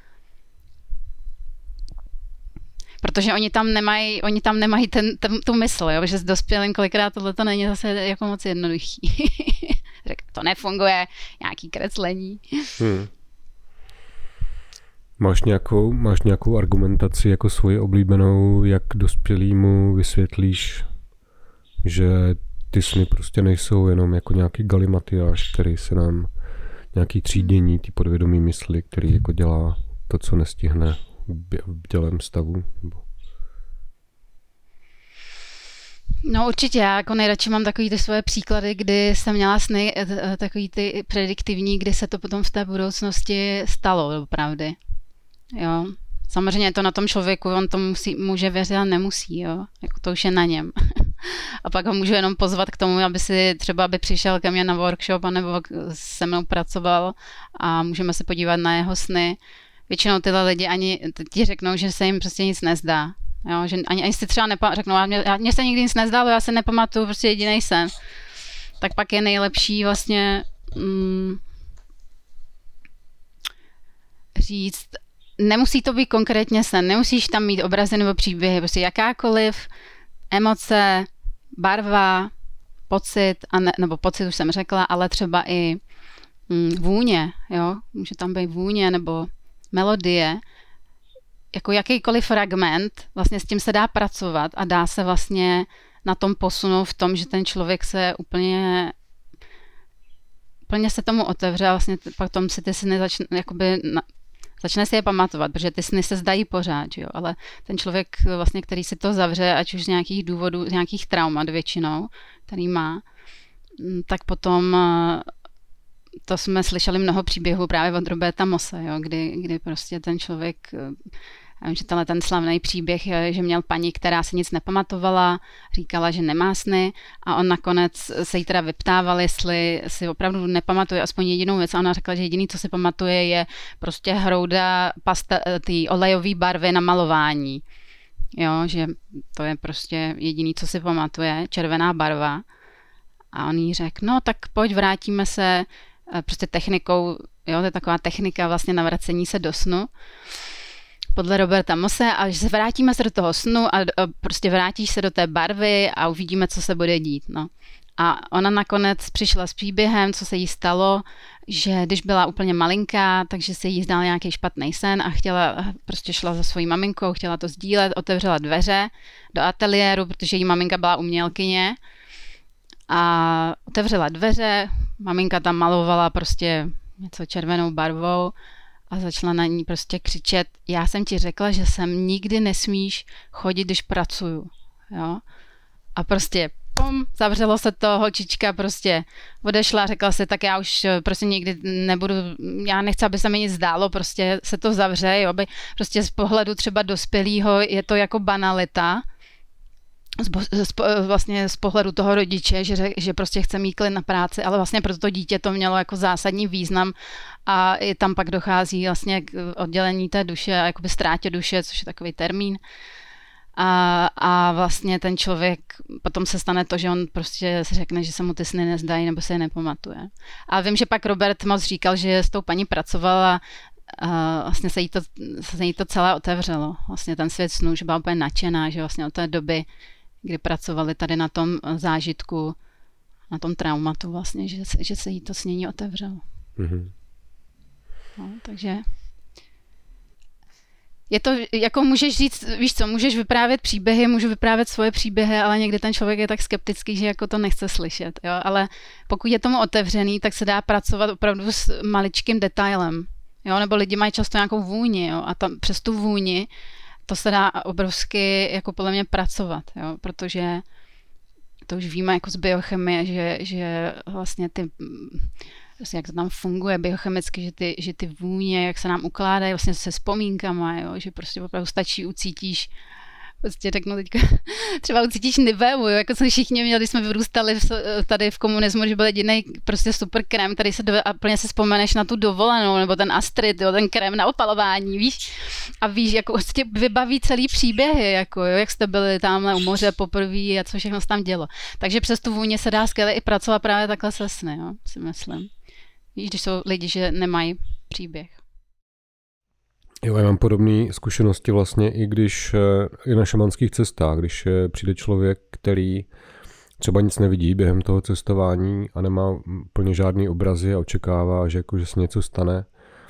Speaker 3: Protože oni tam nemají, oni tam nemají ten, ten, tu mysl, jo? Že s dospělým kolikrát tohle to není zase jako moc jednoduchý. To nefunguje, nějaký kreslení. Hmm.
Speaker 2: Máš nějakou, máš nějakou argumentaci jako svoji oblíbenou, jak dospělýmu vysvětlíš, že ty sny prostě nejsou jenom jako nějaký galimatiáš, který se nám, nějaký třídění, ty podvědomí mysli, který jako dělá to, co nestihne v bdělém stavu? Nebo...
Speaker 3: No určitě, já jako nejradši mám takový ty svoje příklady, kdy jsem měla sny, takový ty prediktivní, kdy se to potom v té budoucnosti stalo, opravdu. Jo. Samozřejmě je to na tom člověku, on to musí, může věřit a nemusí, jo. Jako to už je na něm. A pak ho můžu jenom pozvat k tomu, aby si třeba aby přišel ke mně na workshop anebo se mnou pracoval a můžeme se podívat na jeho sny. Většinou tyhle lidi ani ti řeknou, že se jim prostě nic nezdá. Jo, že ani, ani si třeba nepa- řeknou, mě, mě se nikdy nic nezdálo, já se nepamatuju, prostě jedinej sen. Tak pak je nejlepší vlastně mm, říct, nemusí to být konkrétně sen, nemusíš tam mít obrazy nebo příběhy, prostě jakákoliv emoce, barva, pocit, a ne, nebo pocit už jsem řekla, ale třeba i mm, vůně, jo, může tam být vůně nebo melodie, jako jakýkoliv fragment, vlastně s tím se dá pracovat a dá se vlastně na tom posunout v tom, že ten člověk se úplně úplně se tomu otevře a vlastně pak tom si ty sny začne, jakoby na, začne si je pamatovat, protože ty sny se zdají pořád, jo? Ale ten člověk vlastně, který si to zavře, ať už z nějakých důvodů, z nějakých traumat většinou, který má, tak potom to jsme slyšeli mnoho příběhů právě od Roberta Mosse, jo? Kdy, kdy prostě ten člověk, já vím, že tenhle ten slavný příběh, že měl paní, která se nic nepamatovala, říkala, že nemá sny a on nakonec se jí teda vyptával, jestli si opravdu nepamatuje aspoň jedinou věc a ona řekla, že jediný, co si pamatuje, je prostě hrouda pasta, ty olejové barvy na malování. Jo, že to je prostě jediný, co si pamatuje, červená barva. A on jí řekl, no tak pojď, vrátíme se prostě technikou, jo, to je taková technika vlastně navracení se do snu. Podle Roberta Mosse, a že se vrátíme se do toho snu a, a prostě vrátíš se do té barvy a uvidíme, co se bude dít. No. A ona nakonec přišla s příběhem, co se jí stalo, že když byla úplně malinká, takže se jí zdál nějaký špatný sen a chtěla, prostě šla za svojí maminkou, chtěla to sdílet, otevřela dveře do ateliéru, protože jí maminka byla umělkyně a otevřela dveře, maminka tam malovala prostě něco červenou barvou a začala na ní prostě křičet, já jsem ti řekla, že sem nikdy nesmíš chodit, když pracuju. Jo? A prostě pum, zavřelo se to, holčička prostě odešla, řekla si, tak já už prostě nikdy nebudu, já nechci, aby se mi nic zdálo, prostě se to zavře, jo? By prostě z pohledu třeba dospělého je to jako banalita, Z, z, vlastně z pohledu toho rodiče, že, že prostě chce mít klid na práci, ale vlastně pro to dítě to mělo jako zásadní význam a i tam pak dochází vlastně k oddělení té duše a jakoby ztrátě duše, což je takový termín. A, a vlastně ten člověk, potom se stane to, že on prostě si řekne, že se mu ty sny nezdají nebo se je nepamatuje. A vím, že pak Robert moc říkal, že s tou paní pracovala a vlastně se jí to, se jí to celé otevřelo. Vlastně ten svět snů, že byla úplně nadšená, že vlastně od té doby, kdy pracovali tady na tom zážitku, na tom traumatu vlastně, že, že se jí to snění otevřelo. Mm-hmm. No, takže je to, jako můžeš říct, víš co, můžeš vyprávět příběhy, můžu vyprávět svoje příběhy, ale někdy ten člověk je tak skeptický, že jako to nechce slyšet, jo, ale pokud je tomu otevřený, tak se dá pracovat opravdu s maličkým detailem, jo, nebo lidi mají často nějakou vůni, jo, a tam přes tu vůni to se dá obrovsky jako podle mě pracovat, jo, protože to už víme jako z biochemie, že, že vlastně ty, vlastně jak to tam funguje biochemicky, že ty, že ty vůně, jak se nám ukládají vlastně se vzpomínkama, jo, že prostě opravdu stačí, ucítíš, prostě řeknu teďka, třeba ucítíš Niveu, jo, jako jsme všichni měli, když jsme vyrůstali v, tady v komunismu, že byl jediný prostě super krém, tady se do, a plně se vzpomeneš na tu dovolenou, nebo ten Astrid, jo, ten krém na opalování, víš, a víš, jako prostě vybaví celý příběhy, jako jo, jak jste byli tamhle u moře poprvé a co všechno se tam dělo. Takže přes tu vůně se dá skvěle i pracovat právě takhle se sny, jo, si myslím. Víš, když jsou lidi, že nemají příběh.
Speaker 2: Jo, já mám podobné zkušenosti vlastně, i když i na šamanských cestách, když přijde člověk, který třeba nic nevidí během toho cestování a nemá plně žádný obrazy a očekává, že, jako, že se něco stane.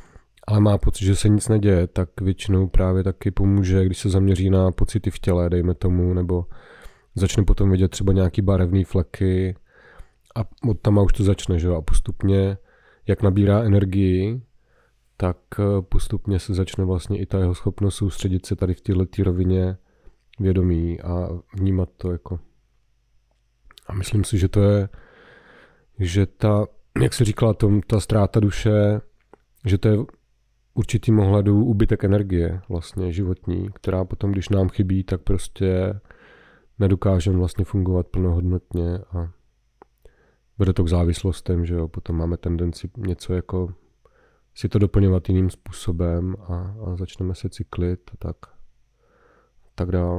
Speaker 2: ale má pocit, že se nic neděje, tak většinou právě taky pomůže, když se zaměří na pocity v těle, dejme tomu, nebo začne potom vidět třeba nějaký barevný fleky a od tam už to začne, že jo, a postupně, jak nabírá energii, tak postupně se začne vlastně i ta jeho schopnost soustředit se tady v této rovině vědomí a vnímat to jako. A myslím si, že to je, že ta, jak se říkala, tom, ta ztráta duše, že to je určitým ohledu úbytek energie vlastně životní, která potom, když nám chybí, tak prostě nedokážeme vlastně fungovat plnohodnotně a vede to k závislostem, že jo, potom máme tendenci něco jako si to doplňovat jiným způsobem a, a začneme se cyklit a tak, tak dál.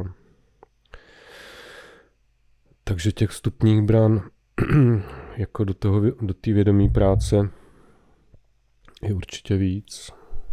Speaker 2: Takže těch vstupních bran jako do toho, do té vědomí práce je určitě víc.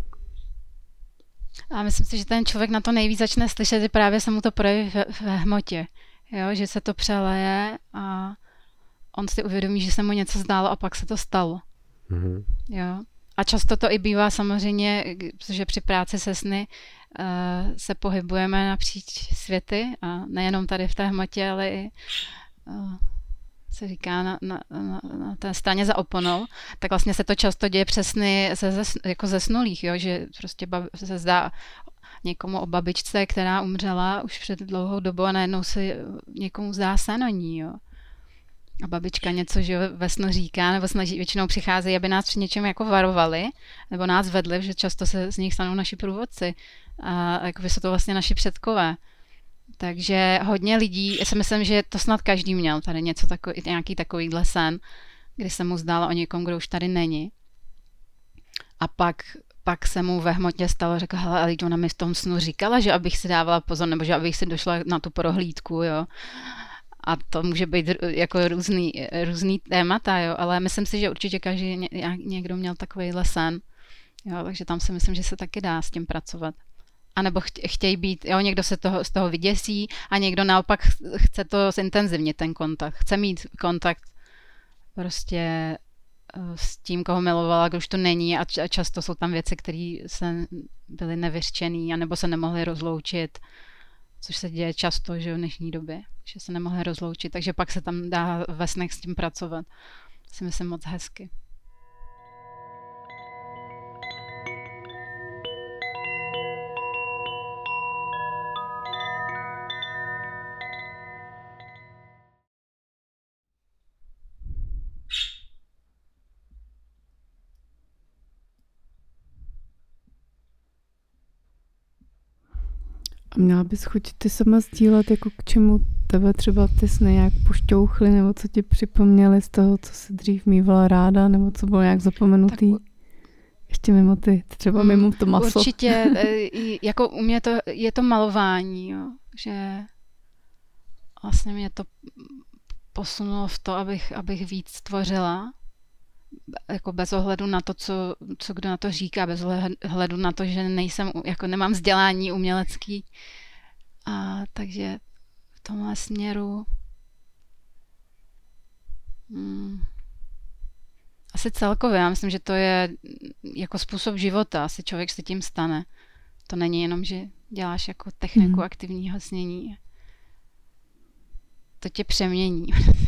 Speaker 3: A myslím si, že ten člověk na to nejvíc začne slyšet, že právě se mu to projeví ve, ve hmotě. Jo? Že se to přeleje a on si uvědomí, že se mu něco zdálo a pak se to stalo.
Speaker 2: Mm-hmm.
Speaker 3: Jo? A často to i bývá samozřejmě, protože při práci se sny uh, se pohybujeme napříč světy a nejenom tady v té hmotě, ale i uh, se říká na, na, na, na té straně za oponou, tak vlastně se to často děje přes sny ze, ze, jako zesnulých, jo? Že prostě babi, se zdá někomu o babičce, která umřela už před dlouhou dobou a najednou se někomu zdá sen o ní, jo. A babička něco, že ve snu říká, nebo snaží, většinou přicházejí, aby nás při něčem jako varovali, nebo nás vedli, že často se z nich stanou naši průvodci. A jako jsou to vlastně naši předkové. Takže hodně lidí, já si myslím, že to snad každý měl tady něco takový, nějaký takovýhle sen, kdy se mu zdálo o někom, kdo už tady není. A pak, pak se mu ve hmotě stalo, řekl, hele, ale ona mi v tom snu říkala, že abych si dávala pozor, nebo že abych si došla na tu prohlídku, jo. A to může být jako různý, různý témata, jo, ale myslím si, že určitě každý někdo měl takovýhle sen, jo, takže tam si myslím, že se taky dá s tím pracovat. A nebo chtějí být, jo, někdo se toho, z toho vyděsí a někdo naopak chce to zintenzivnit, ten kontakt. Chce mít kontakt prostě s tím, koho milovala, kdo už to není a často jsou tam věci, které se byly nevyřčený a nebo se nemohly rozloučit, což se děje často, že v dnešní době, že se nemohly rozloučit, takže pak se tam dá ve snech s tím pracovat. To si myslím moc hezky.
Speaker 1: A měla bys chuť ty sama sdílet, jako k čemu tebe třeba ty sny nějak pošťouchly, nebo co ti připomněly z toho, co jsi dřív mývala ráda, nebo co bylo nějak zapomenutý? Tak, ještě mimo ty, třeba mimo to maso.
Speaker 3: Určitě, jako u mě to, je to malování, jo, že vlastně mě to posunulo v to, abych, abych víc tvořila, jako bez ohledu na to, co, co kdo na to říká, bez ohledu na to, že nejsem, jako nemám vzdělání umělecký. A takže v tomhle směru hmm, asi celkově, já myslím, že to je jako způsob života, asi člověk se tím stane. To není jenom, že děláš jako techniku mm. aktivního snění. To tě přemění.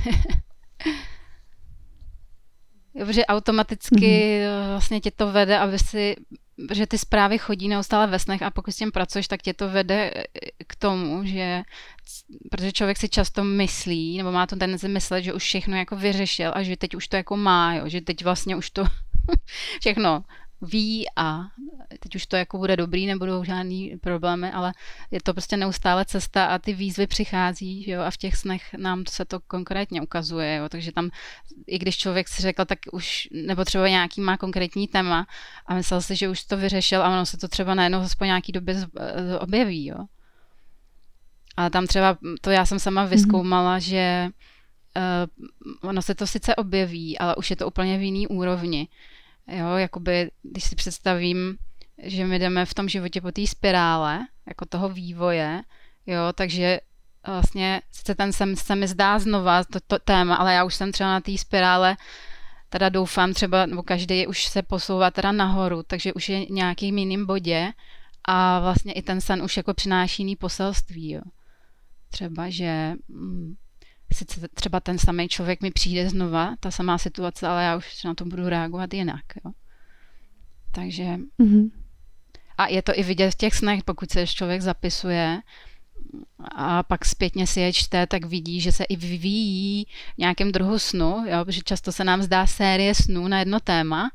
Speaker 3: Protože automaticky mm-hmm. vlastně tě to vede, aby si, že ty zprávy chodí neustále ve snech a pokud s tím pracuješ, tak tě to vede k tomu, že protože člověk si často myslí, nebo má to tendenci myslet, že už všechno jako vyřešil a že teď už to jako má, jo, že teď vlastně už to všechno ví a teď už to jako bude dobrý, nebudou žádný problémy, ale je to prostě neustále cesta a ty výzvy přichází, jo, a v těch snech nám se to konkrétně ukazuje, jo, takže tam, i když člověk si řekl, tak už, nebo třeba nějaký má konkrétní téma a myslel si, že už to vyřešil a ono se to třeba najednou po nějaký době objeví, jo. A tam třeba, to já jsem sama vyzkoumala, mm-hmm. že uh, ono se to sice objeví, ale už je to úplně v jiný úrovni. Jo, jakoby, když si představím, že my jdeme v tom životě po té spirále, jako toho vývoje, jo, takže vlastně sice ten se, se mi zdá znova to, to téma, ale já už jsem třeba na té spirále teda doufám třeba, nebo každý už se posouvá teda nahoru, takže už je nějakým jiným bodě a vlastně i ten sen už jako přináší jiný poselství, jo. Třeba, že hm, sice třeba ten samý člověk mi přijde znova, ta samá situace, ale já už na to budu reagovat jinak, jo. Takže mm-hmm. a je to i vidět v těch snech, pokud se člověk zapisuje a pak zpětně si je čte, tak vidí, že se i vyvíjí v nějakém druhu snu, jo, protože často se nám zdá série snů na jedno téma,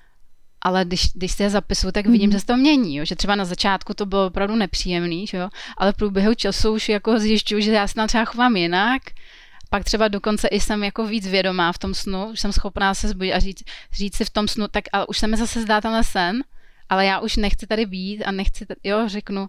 Speaker 3: ale když, když si je zapisuju, tak vidím, mm-hmm. že se to mění, jo, že třeba na začátku to bylo opravdu nepříjemný, jo, ale v průběhu času už jako zjišťuju, že já se tam třeba chovám jinak, pak třeba dokonce i jsem jako víc vědomá v tom snu, už jsem schopná se zbudit a říct, říct si v tom snu, tak ale už se mi zase zdá tenhle sen, ale já už nechci tady být a nechci, tady, jo, řeknu,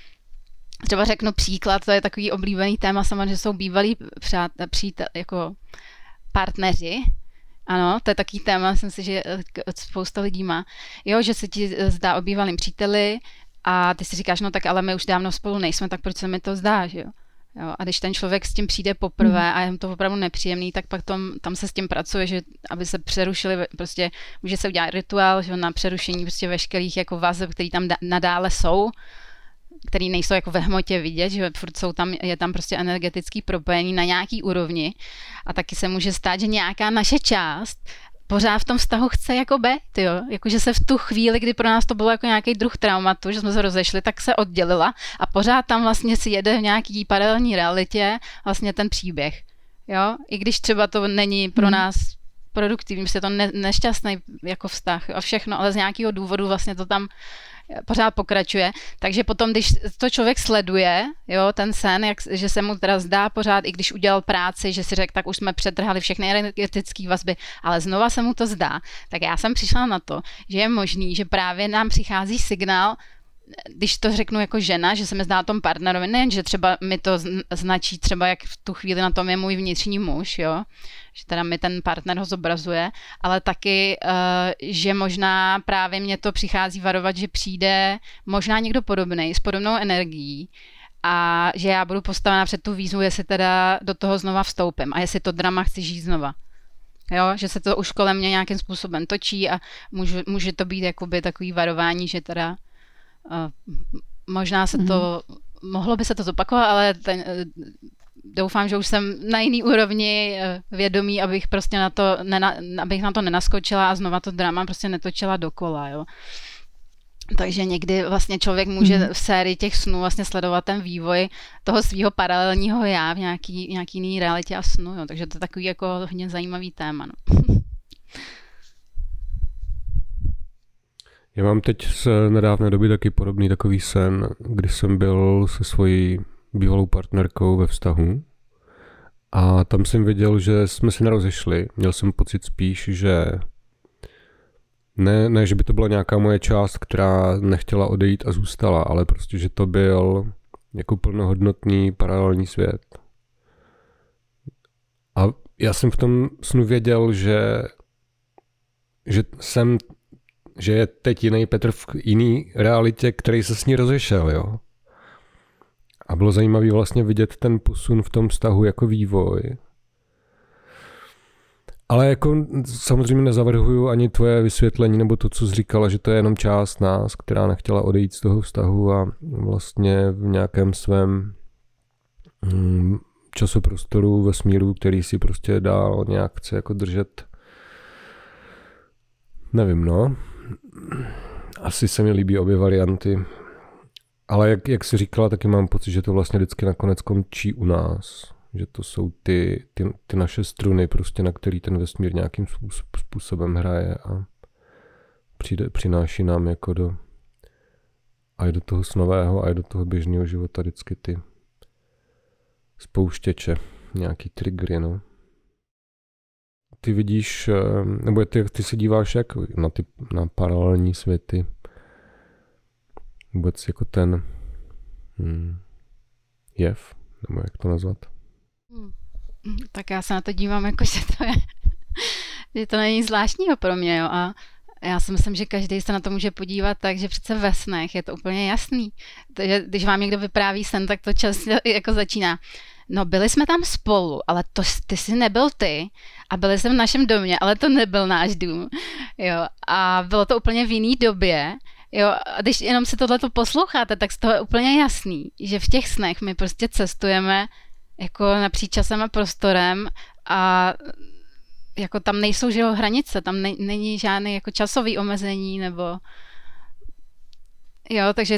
Speaker 3: třeba řeknu příklad, to je takový oblíbený téma, samozřejmě, že jsou bývalí přátel, přítel, jako partneři, ano, to je takový téma, myslím si, že spousta lidí má, jo, že se ti zdá o bývalým příteli a ty si říkáš, no tak ale my už dávno spolu nejsme, tak proč se mi to zdá, že jo? Jo, a když ten člověk s tím přijde poprvé mm. a je to opravdu nepříjemný, tak pak tom, tam se s tím pracuje, že aby se přerušili, prostě může se udělat rituál, že na přerušení prostě veškerých jako vazeb, který tam da, nadále jsou, který nejsou jako ve hmotě vidět, že furt jsou tam, je tam prostě energetický propojení na nějaký úrovni a taky se může stát, že nějaká naše část pořád v tom vztahu chce jako být, jo, jakože se v tu chvíli, kdy pro nás to bylo jako nějaký druh traumatu, že jsme se rozešli, tak se oddělila a pořád tam vlastně si jede v nějaký paralelní realitě vlastně ten příběh, jo, i když třeba to není pro nás produktivní, je to ne, nešťastný jako vztah a všechno, ale z nějakého důvodu vlastně to tam pořád pokračuje, takže potom, když to člověk sleduje, jo, ten sen, jak, že se mu teda zdá pořád, i když udělal práci, že si řekl, tak už jsme přetrhali všechny energetické vazby, ale znova se mu to zdá, tak já jsem přišla na to, že je možný, že právě nám přichází signál, když to řeknu jako žena, že se mi zdá tom partnerovi, nejen, že třeba mi to značí třeba, jak v tu chvíli na tom je můj vnitřní muž, jo, že teda mi ten partner ho zobrazuje, ale taky, uh, že možná právě mě to přichází varovat, že přijde možná někdo podobný, s podobnou energií a že já budu postavena před tu výzvu, jestli teda do toho znova vstoupím a jestli to drama chci žít znova. Jo, že se to už kolem mě nějakým způsobem točí a může, může to být jakoby takový varování, že teda uh, možná se to, mm-hmm. mohlo by se to zopakovat, ale ten, uh, doufám, že už jsem na jiný úrovni uh, vědomí, abych prostě na to, nena, abych na to nenaskočila a znova to drama prostě netočila dokola, jo. Takže někdy vlastně člověk může mm-hmm. v sérii těch snů vlastně sledovat ten vývoj toho svého paralelního já v nějaký, nějaký jiný realitě a snu, jo. Takže to je takový jako hodně zajímavý téma, no.
Speaker 2: Já mám teď z nedávné doby taky podobný takový sen, kdy jsem byl se svojí bývalou partnerkou ve vztahu a tam jsem věděl, že jsme se nerozešli. Měl jsem pocit spíš, že ne, ne, že by to byla nějaká moje část, která nechtěla odejít a zůstala, ale prostě, že to byl jako plnohodnotný paralelní svět. A já jsem v tom snu věděl, že, že jsem že je teď jiný Petr v jiný realitě, který se s ní rozešel, jo. A bylo zajímavé vlastně vidět ten posun v tom vztahu jako vývoj. Ale jako samozřejmě nezavrhuju ani tvoje vysvětlení nebo to, co jsi říkala, že to je jenom část nás, která nechtěla odejít z toho vztahu a vlastně v nějakém svém hm, časoprostoru, vesmíru, který si prostě dál nějak chce jako držet. Nevím, no. Asi se mi líbí obě varianty. Ale jak, jak jsi říkala, taky mám pocit, že to vlastně vždycky nakonec končí u nás. Že to jsou ty, ty, ty naše struny, prostě na který ten vesmír nějakým způsobem hraje a přijde, přináší nám jako do a i do toho snového, a i do toho běžného života vždycky ty spouštěče, nějaký triggery, no. Ty vidíš, nebo ty, ty se díváš jak na ty na paralelní světy, vůbec jako ten hmm, jev, nebo jak to nazvat?
Speaker 3: Hmm. Tak já se na to dívám jako, že to je, že to není zvláštního pro mě, jo, a já si myslím, že každý se na to může podívat tak, že přece ve snech je to úplně jasný. Takže když vám někdo vypráví sen, tak to čas jako začíná. no byli jsme tam spolu, ale to, ty jsi nebyl ty a byli jsme v našem domě, ale to nebyl náš dům, jo, a bylo to úplně v jiný době, jo, a když jenom si tohleto posloucháte, tak z toho je úplně jasný, že v těch snech my prostě cestujeme jako napříč časem a prostorem a jako tam nejsou, že jo, hranice, tam ne, není žádný jako časový omezení, nebo jo, takže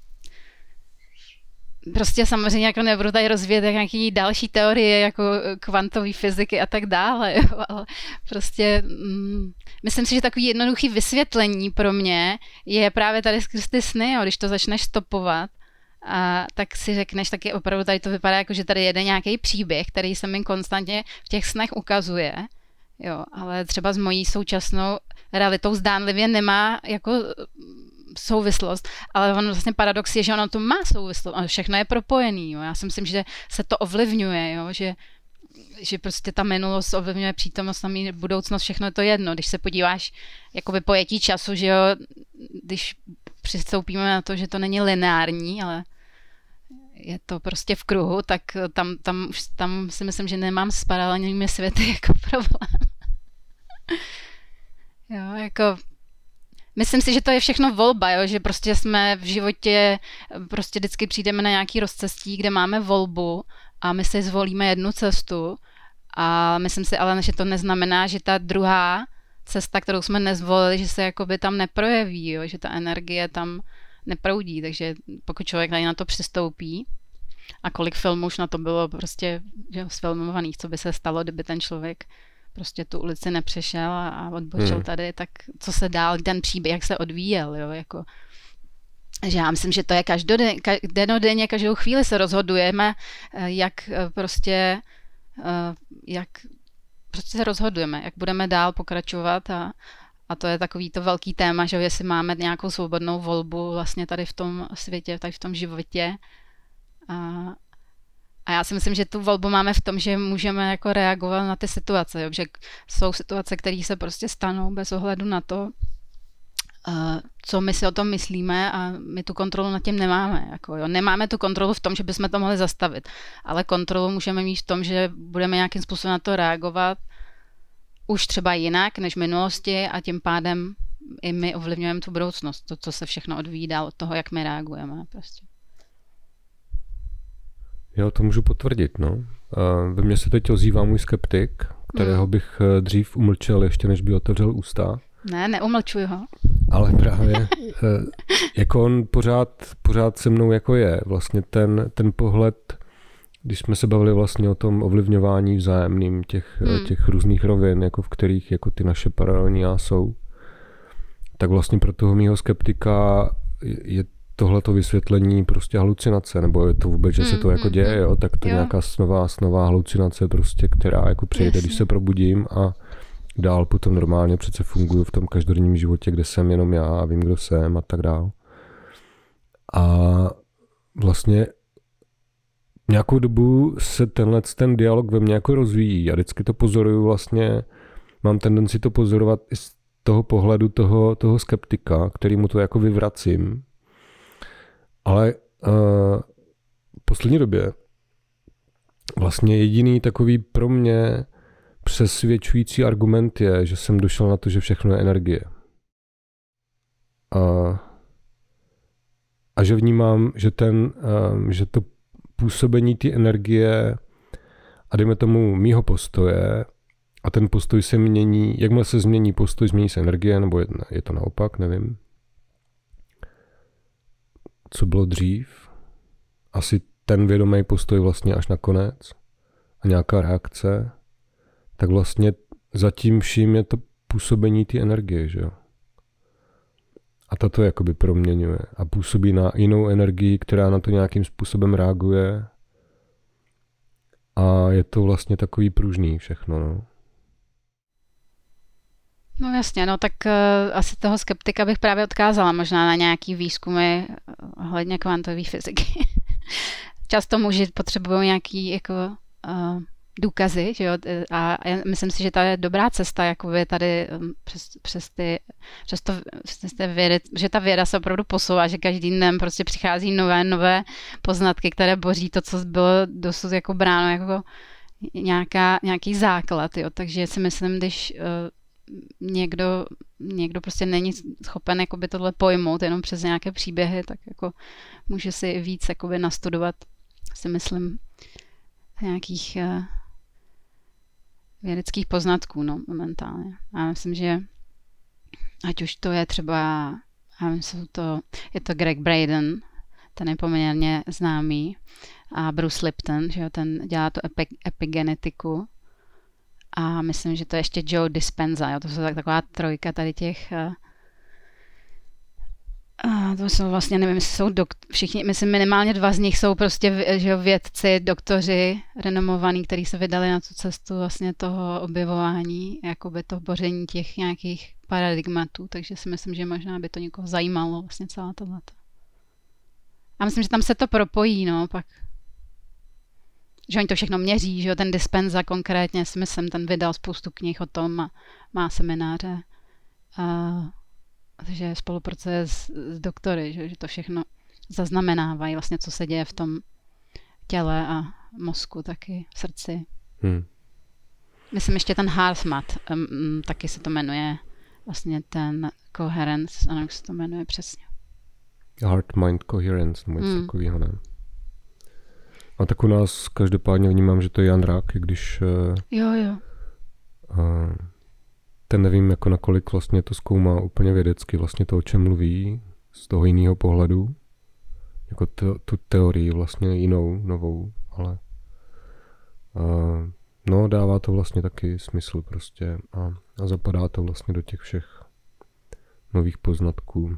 Speaker 3: prostě samozřejmě jako nebudu tady rozvíjet nějaký další teorie jako kvantové fyziky a tak dále, jo, ale prostě mm, myslím si, že takový jednoduchý vysvětlení pro mě je právě tady skrz ty sny, jo, když to začneš stopovat, a tak si řekneš, taky opravdu tady to vypadá jako, že tady jede nějaký příběh, který se mi konstantně v těch snech ukazuje, jo, ale třeba s mojí současnou realitou zdánlivě nemá jako souvislost, ale on vlastně paradox je, že ono to má souvislost, všechno je propojený, jo. Já si myslím, že se to ovlivňuje, jo, že, že prostě ta minulost ovlivňuje přítomnost, tam budoucnost, všechno je to jedno. Když se podíváš jakoby pojetí času, že jo, když přistoupíme na to, že to není lineární, ale je to prostě v kruhu, tak tam, tam už tam si myslím, že nemám s paralelními světy jako problém. Jo, jako myslím si, že to je všechno volba, jo? Že prostě jsme v životě, prostě vždycky přijdeme na nějaký rozcestí, kde máme volbu a my si zvolíme jednu cestu a myslím si ale, že to neznamená, že ta druhá cesta, kterou jsme nezvolili, že se jakoby tam neprojeví, jo? Že ta energie tam neproudí, takže pokud člověk tady na to přistoupí a kolik filmů už na to bylo prostě že sfilmovaných, co by se stalo, kdyby ten člověk prostě tu ulici nepřešel a, a odbočil hmm. tady, tak co se dál, ten příběh, jak se odvíjel, jo, jako, že já myslím, že to je každodenně, denodenně, každou chvíli se rozhodujeme, jak prostě, jak prostě se rozhodujeme, jak budeme dál pokračovat a, a to je takový to velký téma, že jestli máme nějakou svobodnou volbu vlastně tady v tom světě, tady v tom životě a A já si myslím, že tu volbu máme v tom, že můžeme jako reagovat na ty situace, jo? Že jsou situace, které se prostě stanou bez ohledu na to, uh, co my si o tom myslíme a my tu kontrolu nad tím nemáme. Jako, jo? Nemáme tu kontrolu v tom, že bychom to mohli zastavit, ale kontrolu můžeme mít v tom, že budeme nějakým způsobem na to reagovat už třeba jinak než v minulosti a tím pádem i my ovlivňujeme tu budoucnost, to, co se všechno odvíjí dál od toho, jak my reagujeme. Prostě.
Speaker 2: Jo, to můžu potvrdit, no. Ve mně se teď ozývá můj skeptik, kterého bych dřív umlčel ještě, než by otevřel ústa.
Speaker 3: Ne, neumlčuj ho.
Speaker 2: Ale právě, jako on pořád, pořád se mnou jako je. Vlastně ten, ten pohled, když jsme se bavili vlastně o tom ovlivňování vzájemným těch, hmm. těch různých rovin, jako v kterých jako ty naše paralelní já jsou, tak vlastně pro toho mýho skeptika je tohleto vysvětlení prostě halucinace, nebo je to vůbec, že se to mm, jako děje, jo, tak to je nějaká snová, snová halucinace prostě, která jako přijde, Jasně. když se probudím a dál potom normálně přece funguju v tom každodenním životě, kde jsem jenom já a vím, kdo jsem a tak dál. A vlastně nějakou dobu se tenhle ten dialog ve mně jako rozvíjí a vždycky to pozoruju vlastně, mám tendenci to pozorovat i z toho pohledu toho, toho skeptika, kterýmu to jako vyvracím. Ale uh, v poslední době vlastně jediný takový pro mě přesvědčující argument je, že jsem došel na to, že všechno je energie. Uh, a že vnímám, že, ten, uh, že to působení té energie a dejme tomu mýho postoje a ten postoj se mění, jakmile se změní postoj, změní se energie, nebo je, je to naopak, nevím. Co bylo dřív, asi ten vědomý postoj vlastně až nakonec a nějaká reakce, tak vlastně zatím vším je to působení té energie, že jo. A ta to jakoby proměňuje a působí na jinou energii, která na to nějakým způsobem reaguje a je to vlastně takový pružný všechno, no.
Speaker 3: No jasně, no tak uh, asi toho skeptika bych právě odkázala možná na nějaký výzkumy ohledně kvantové fyziky. Často muži potřebují nějaký jako uh, důkazy, že jo, a já myslím si, že ta je dobrá cesta, jakoby tady přes, přes ty, přes to, přes ty vědy, že ta věda se opravdu posouvá, že každý den prostě přichází nové, nové poznatky, které boří to, co bylo dosud jako bráno jako nějaká, nějaký základ, jo, takže si myslím, když uh, někdo, někdo prostě není schopen jakoby tohle pojmout jenom přes nějaké příběhy, tak jako může si víc jakoby nastudovat, si myslím, nějakých uh, vědeckých poznatků, no, momentálně. Já myslím, že ať už to je třeba, já myslím, to, je to Greg Braden, ten je poměrně známý, a Bruce Lipton, že jo, ten dělá tu epi, epigenetiku, a myslím, že to je ještě Joe Dispenza, jo, to jsou tak, taková trojka tady těch, uh, uh, to jsou vlastně, nevím, jestli jsou dokt- všichni, myslím, minimálně dva z nich jsou prostě, že jo, vědci, doktoři, renomovaní, kteří se vydali na tu cestu vlastně toho objevování, jakoby to boření těch nějakých paradigmatů, takže si myslím, že možná by to někoho zajímalo vlastně celá tohleta. A myslím, že tam se to propojí, no, pak. Že oni to všechno měří, že jo, ten Dispenza konkrétně, si myslím, ten vydal spoustu knih o tom a má semináře. A, takže spolupracuje s, s doktory, že, že to všechno zaznamenávají, vlastně, co se děje v tom těle a mozku, taky v srdci. Hmm. Myslím, ještě ten HeartMath, um, taky se to jmenuje, vlastně ten Coherence, ano, jak se to jmenuje přesně.
Speaker 2: Heart-mind coherence, nebo něco hmm. takového, ne? A tak u nás každopádně vnímám, že to je Jan Rák, když...
Speaker 3: Jo, jo.
Speaker 2: Uh, ten nevím, jako nakolik vlastně to zkoumá úplně vědecky, vlastně to, o čem mluví, z toho jiného pohledu. Jako te, tu teorii vlastně jinou, novou, ale... Uh, no, dává to vlastně taky smysl prostě a, a zapadá to vlastně do těch všech nových poznatků.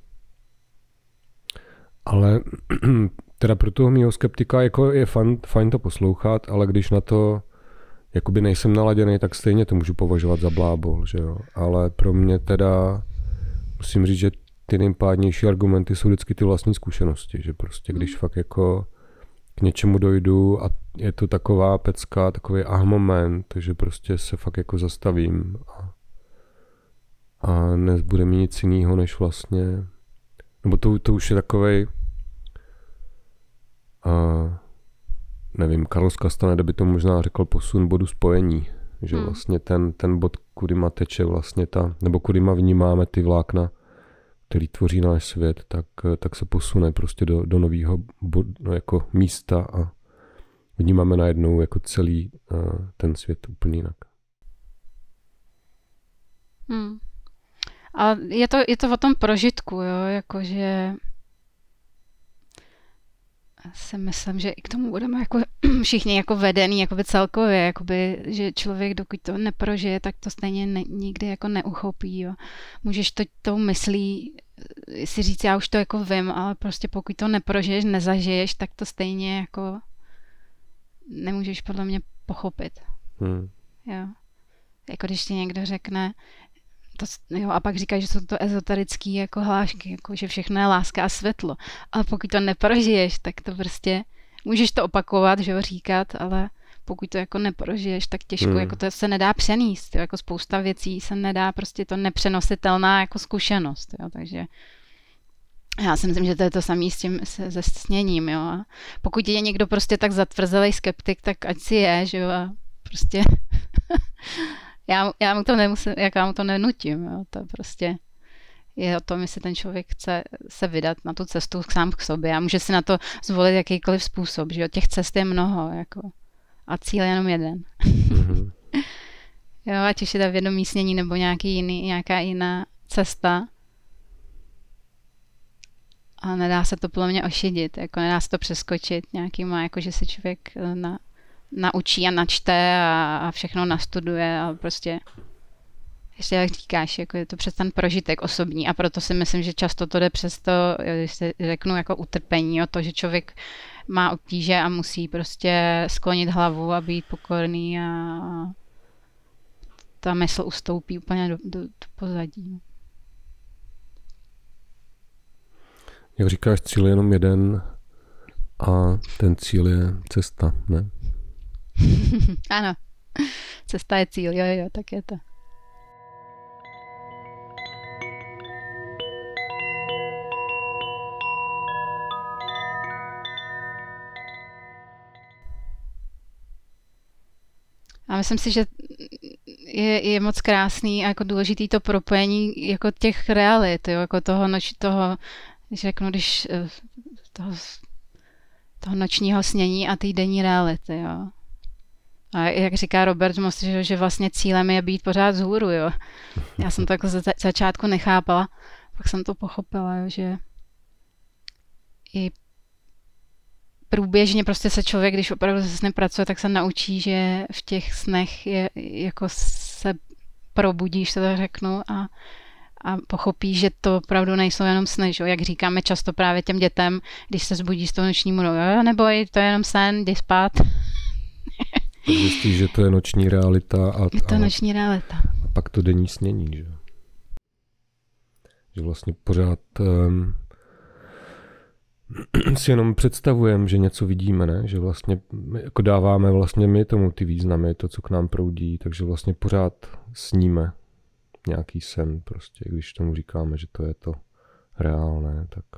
Speaker 2: Ale teda pro toho mýho skeptika jako je fajn, fajn to poslouchat, ale když na to jakoby nejsem naladěný, tak stejně to můžu považovat za blábol, že jo. Ale pro mě teda musím říct, že ty nejpádnější argumenty jsou vždycky ty vlastní zkušenosti, že prostě když mm. fakt jako k něčemu dojdu a je to taková pecka, takový aha moment, že prostě se fakt jako zastavím a, a nebude mi nic jiného, než vlastně, nebo to, to už je takovej, a nevím, Carlos Castaneda by to možná řekl posun bodu spojení, že hmm. vlastně ten, ten bod, kudima teče vlastně ta, nebo kudima vnímáme ty vlákna, který tvoří náš svět, tak, tak se posune prostě do, do nového no, jako místa a vnímáme najednou jako celý uh, ten svět úplně jinak.
Speaker 3: Hmm. A je to, je to o tom prožitku, jo, jakože si myslím, že i k tomu budeme jako všichni jako vedený jakoby celkově, jakoby, že člověk, dokud to neprožije, tak to stejně ne, nikdy jako neuchopí. Jo. Můžeš to tou myslí si říct, já už to jako vím, ale prostě pokud to neprožiješ, nezažiješ, tak to stejně jako nemůžeš podle mě pochopit. Hmm. Jo. Jako když ti někdo řekne, to, jo, a pak říká, že jsou to ezoterické jako hlášky, jako, že všechno je láska a světlo. Ale pokud to neprožiješ, tak to prostě můžeš to opakovat, že jo, říkat, ale pokud to jako neprožiješ, tak těžko, hmm. jako to se nedá přenést. Jo, jako spousta věcí se nedá, prostě to nepřenositelná jako zkušenost. Jo, takže já si myslím, že to je to samé s tím se, se sněním. Jo. A pokud je někdo prostě tak zatvrzelej skeptik, tak ať si je, že jo, a prostě... Já, já mu to nemusím, jak já mu to nenutím, jo, to prostě je o tom, jestli ten člověk chce se vydat na tu cestu sám k sobě a může si na to zvolit jakýkoliv způsob, že jo, těch cest je mnoho, jako, a cíl je jenom jeden. Mm-hmm. Jo, ať už je to vědomí snění nebo nějaký jiný, nějaká jiná cesta. A nedá se to podle mě ošidit, jako nedá se to přeskočit nějakýma, jako že si člověk na naučí a načte a, a všechno nastuduje a prostě, ještě jak říkáš, jako je to přes ten prožitek osobní a proto si myslím, že často to jde přes to, když si řeknu jako utrpení, o to, že člověk má obtíže a musí prostě sklonit hlavu a být pokorný a ta mysl ustoupí úplně do, do, do pozadí.
Speaker 2: Jak říkáš, cíl je jenom jeden a ten cíl je cesta, ne?
Speaker 3: Ano, cesta je cíl, jo, jo, tak je to. A myslím si, že je, je moc krásný a jako důležitý to propojení jako těch realit, jo, jako toho, noč, toho, když řeknu, když toho, toho nočního snění a té denní reality, jo. A jak říká Robert Moss, že, že vlastně cílem je být pořád vzhůru, jo. Já jsem to jako za začátku nechápala, pak jsem to pochopila, jo, že i průběžně prostě se člověk, když opravdu se snem pracuje, tak se naučí, že v těch snech je, jako se probudíš, se to řeknu, a, a pochopí, že to opravdu nejsou jenom sny, že? Jak říkáme často právě těm dětem, když se zbudí z toho noční můru, jo, neboj, to je jenom sen, jdi spát.
Speaker 2: Tak zjistíš, že to je noční realita. A,
Speaker 3: je to
Speaker 2: a,
Speaker 3: noční realita.
Speaker 2: A pak to denní snění, že? Že vlastně pořád um, si jenom představujeme, že něco vidíme, ne? Že vlastně jako dáváme vlastně my tomu ty významy, to, co k nám proudí, takže vlastně pořád sníme nějaký sen prostě, když tomu říkáme, že to je to reálné, tak...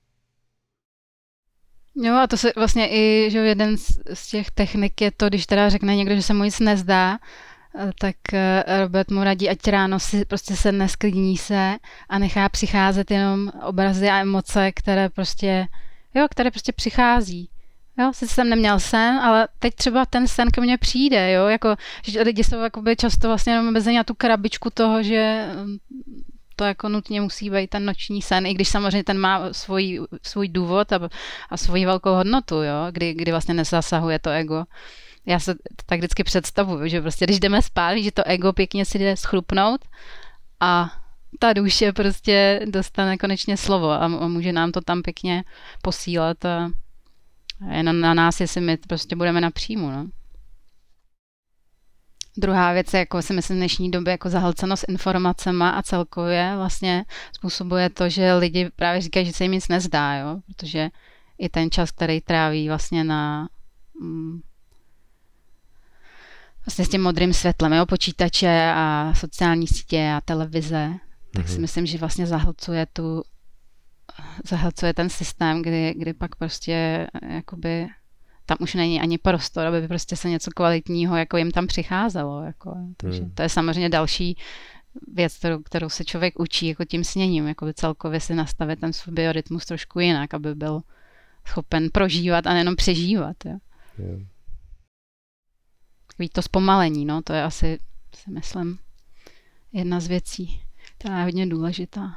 Speaker 3: Jo, a to se vlastně i, že jeden z, z těch technik je to, když teda řekne někdo, že se mu nic nezdá, tak Robert mu radí, ať ráno si prostě se nesklidní se a nechá přicházet jenom obrazy a emoce, které prostě, jo, které prostě přichází. Jo, sice jsem neměl sen, ale teď třeba ten sen ke mně přijde, jo, jako, že lidi jsou jakoby často vlastně jenom omezeně na tu krabičku toho, že to jako nutně musí být ten noční sen, i když samozřejmě ten má svůj, svůj důvod a, a svoji velkou hodnotu, jo, kdy, kdy vlastně nezasahuje to ego. Já se tak vždycky představuju, že prostě když jdeme spát, že to ego pěkně si jde schrupnout a ta duše prostě dostane konečně slovo a může nám to tam pěkně posílat a jenom na nás, jestli my prostě budeme napřímo, no. Druhá věc je, jako si myslím v dnešní době, jako zahlcenost informacema a celkově vlastně způsobuje to, že lidi právě říkají, že se jim nic nezdá, jo, protože i ten čas, který tráví vlastně na mm, vlastně s tím modrým světlem, jo, počítače a sociální sítě a televize, tak mm-hmm. si myslím, že vlastně zahlcuje tu zahlcuje ten systém, kdy, kdy pak prostě jakoby tam už není ani prostor, aby prostě se něco kvalitního jako jim tam přicházelo. Jako, takže mm. to je samozřejmě další věc, kterou, kterou se člověk učí jako tím sněním, jako by celkově si nastavit ten svůj biorytmus trošku jinak, aby byl schopen prožívat a nejenom přežívat. Jo. Yeah. Takový to zpomalení, no, to je asi, si myslím, jedna z věcí, která je hodně důležitá.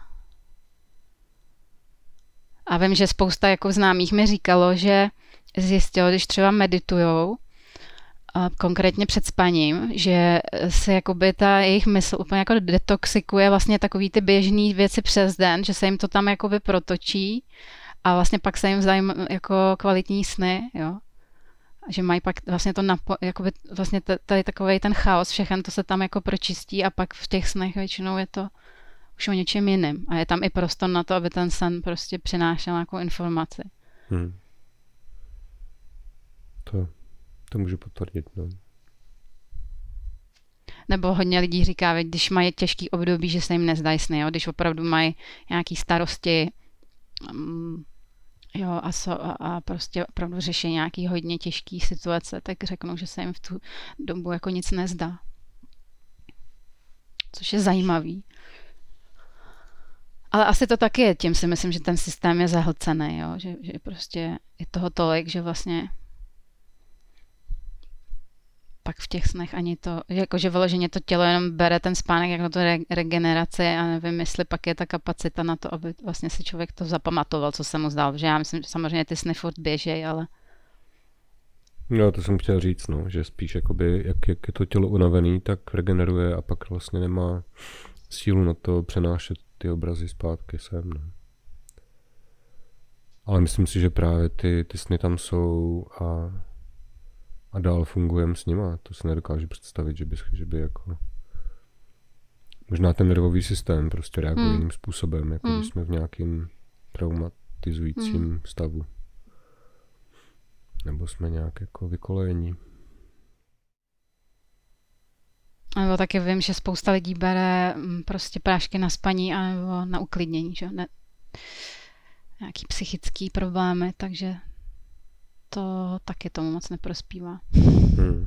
Speaker 3: A vím, že spousta jako známých mi říkalo, že zjistilo, když třeba meditujou, konkrétně před spaním, že se jakoby ta jejich mysl úplně jako detoxikuje vlastně takový ty běžný věci přes den, že se jim to tam jakoby protočí a vlastně pak se jim vzají jako kvalitní sny, jo. Že mají pak vlastně to napo- jakoby vlastně tady takovej ten chaos, všechno to se tam jako pročistí a pak v těch snech většinou je to už o něčem jiným. A je tam i prostor na to, aby ten sen prostě přinášel nějakou informaci. Hmm.
Speaker 2: To, to můžu potvrdit, no.
Speaker 3: Nebo hodně lidí říká, když mají těžký období, že se jim nezdají sny, jo? Když opravdu mají nějaký starosti um, jo, a, so, a, a prostě opravdu řeší nějaký hodně těžký situace, tak řeknou, že se jim v tu dobu jako nic nezdá. Což je zajímavý. Ale asi to taky je, tím si myslím, že ten systém je zahlcený, jo? Že, že prostě je toho tolik, že vlastně pak v těch snech ani to, jakože vyloženě to tělo jenom bere ten spánek jako to re- regeneraci a nevím, jestli pak je ta kapacita na to, aby vlastně si člověk to zapamatoval, co se mu zdál, že já myslím, že samozřejmě ty sny furt běžej, ale...
Speaker 2: No, to jsem chtěl říct, no, že spíš jakoby, jak, jak je to tělo unavený, tak regeneruje a pak vlastně nemá sílu na to přenášet ty obrazy zpátky sem, no. Ale myslím si, že právě ty, ty sny tam jsou a a dál fungujeme s nima. To si nedokážu představit, že by, že by jako... Možná ten nervový systém prostě reaguje hmm. jiným způsobem, jako hmm. když jsme v nějakým traumatizujícím hmm. stavu. Nebo jsme nějak jako vykolejení.
Speaker 3: Nebo taky vím, že spousta lidí bere prostě prášky na spaní a nebo na uklidnění, že ne, nějaký psychický problémy, takže to taky tomu moc neprospívá.
Speaker 2: Hmm.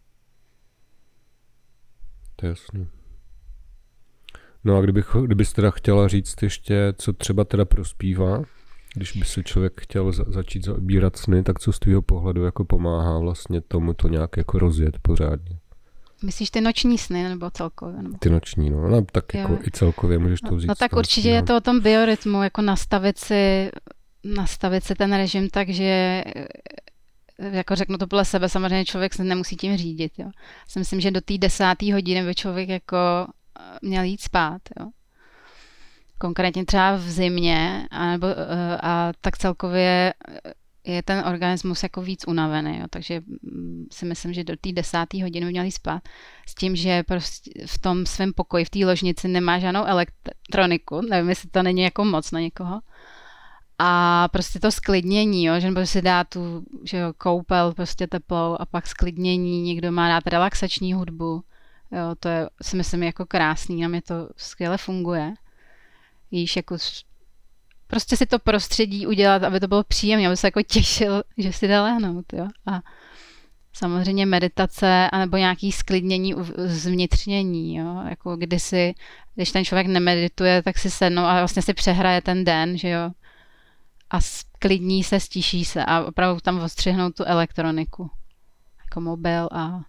Speaker 2: To je jasný. No a kdybych, kdybys teda chtěla říct ještě, co třeba teda prospívá, když by se člověk chtěl za, začít zabírat sny, tak co z tvýho pohledu jako pomáhá vlastně tomu to nějak jako rozjet pořádně?
Speaker 3: Myslíš ty noční sny nebo celkově? Nebo?
Speaker 2: Ty noční, no, no tak jo. Jako i celkově můžeš to vzít.
Speaker 3: No, no tak určitě je to o tom biorytmu, jako nastavit si, nastavit si ten režim tak, že jako řeknu to podle sebe, samozřejmě člověk se nemusí tím řídit. Jo. Já myslím, že do té desáté hodiny by člověk jako měl jít spát. Jo. Konkrétně třeba v zimě, a, nebo, a tak celkově je ten organismus jako víc unavený, jo. Takže si myslím, že do té desáté hodiny by měl jít spát. S tím, že prostě v tom svém pokoji, v té ložnici nemá žádnou elektroniku, nevím, jestli to není jako moc na někoho. A prostě to sklidnění, jo, že si dá tu že jo, koupel prostě teplou a pak sklidnění, někdo má rád relaxační hudbu, jo, to je si myslím jako krásný, na mě to skvěle funguje. Víš, jako prostě si to prostředí udělat, aby to bylo příjemné, aby se jako těšil, že si jde lehnout, jo. A samozřejmě meditace, anebo nějaký sklidnění, zvnitřnění, jo, jako kdysi, když ten člověk nemedituje, tak si sednou a vlastně si přehraje ten den, že jo. A sklidní se, stiší se a opravdu tam ostřihnout tu elektroniku. Jako mobil a,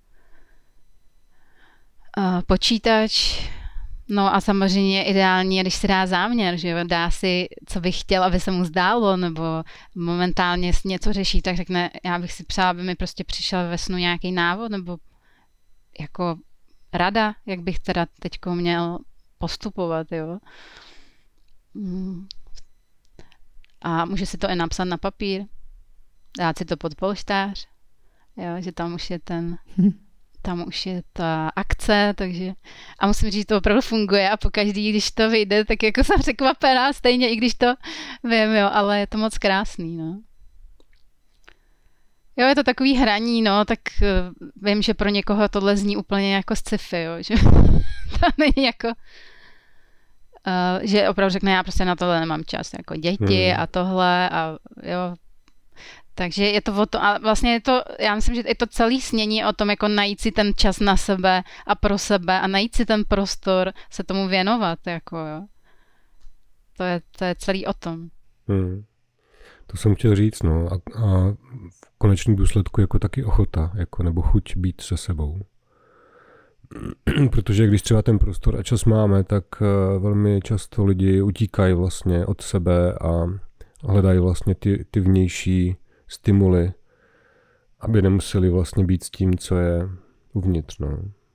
Speaker 3: a počítač. No a samozřejmě ideální je, když si dá záměr, že jo, dá si, co bych chtěl, aby se mu zdálo, nebo momentálně něco řeší, tak řekne, já bych si přála, aby mi prostě přišel ve snu nějaký návod, nebo jako rada, jak bych teda teďko měl postupovat, jo. Hmm. A může si to i napsat na papír, dát si to pod polštář, jo, že tam už je ten, tam už je ta akce, takže a musím říct, že to opravdu funguje a pokaždý, když to vyjde, tak jako jsem překvapená, stejně i když to vím, jo, ale je to moc krásný, no. Jo, je to takový hraní, no, tak uh, vím, že pro někoho tohle zní úplně jako sci-fi, jo, že to není jako Uh, že opravdu řekne, já prostě na tohle nemám čas, jako děti hmm. a tohle a jo. Takže je to o to, a vlastně je to, já myslím, že je to celý snění o tom, jako najít si ten čas na sebe a pro sebe a najít si ten prostor, se tomu věnovat, jako jo. To je, to je celý o tom.
Speaker 2: Hmm. To jsem chtěl říct, no, a, a v konečném důsledku jako taky ochota, jako nebo chuť být se sebou. Protože když třeba ten prostor a čas máme, tak velmi často lidi utíkají vlastně od sebe a hledají vlastně ty, ty vnější stimuly, aby nemuseli vlastně být s tím, co je uvnitř, no.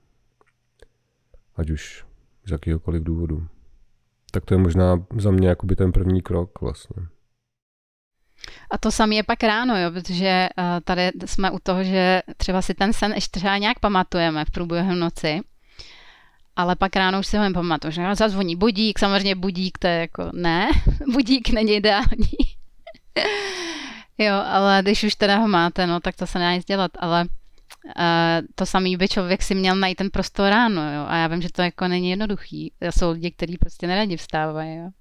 Speaker 2: Ať už z jakýhokoliv důvodu. Tak to je možná za mě jakoby ten první krok vlastně.
Speaker 3: A to samé je pak ráno, jo, protože uh, tady jsme u toho, že třeba si ten sen ještě třeba nějak pamatujeme v průběhu noci, ale pak ráno už si ho nepamatuju, že zazvoní budík, samozřejmě budík, to je jako ne, budík není ideální. Jo, ale když už teda ho máte, no, tak to se nedá nic dělat, ale uh, to samý by člověk si měl najít ten prostor ráno, jo, a já vím, že to jako není jednoduchý, jsou lidi, kteří prostě neradi vstávají, jo.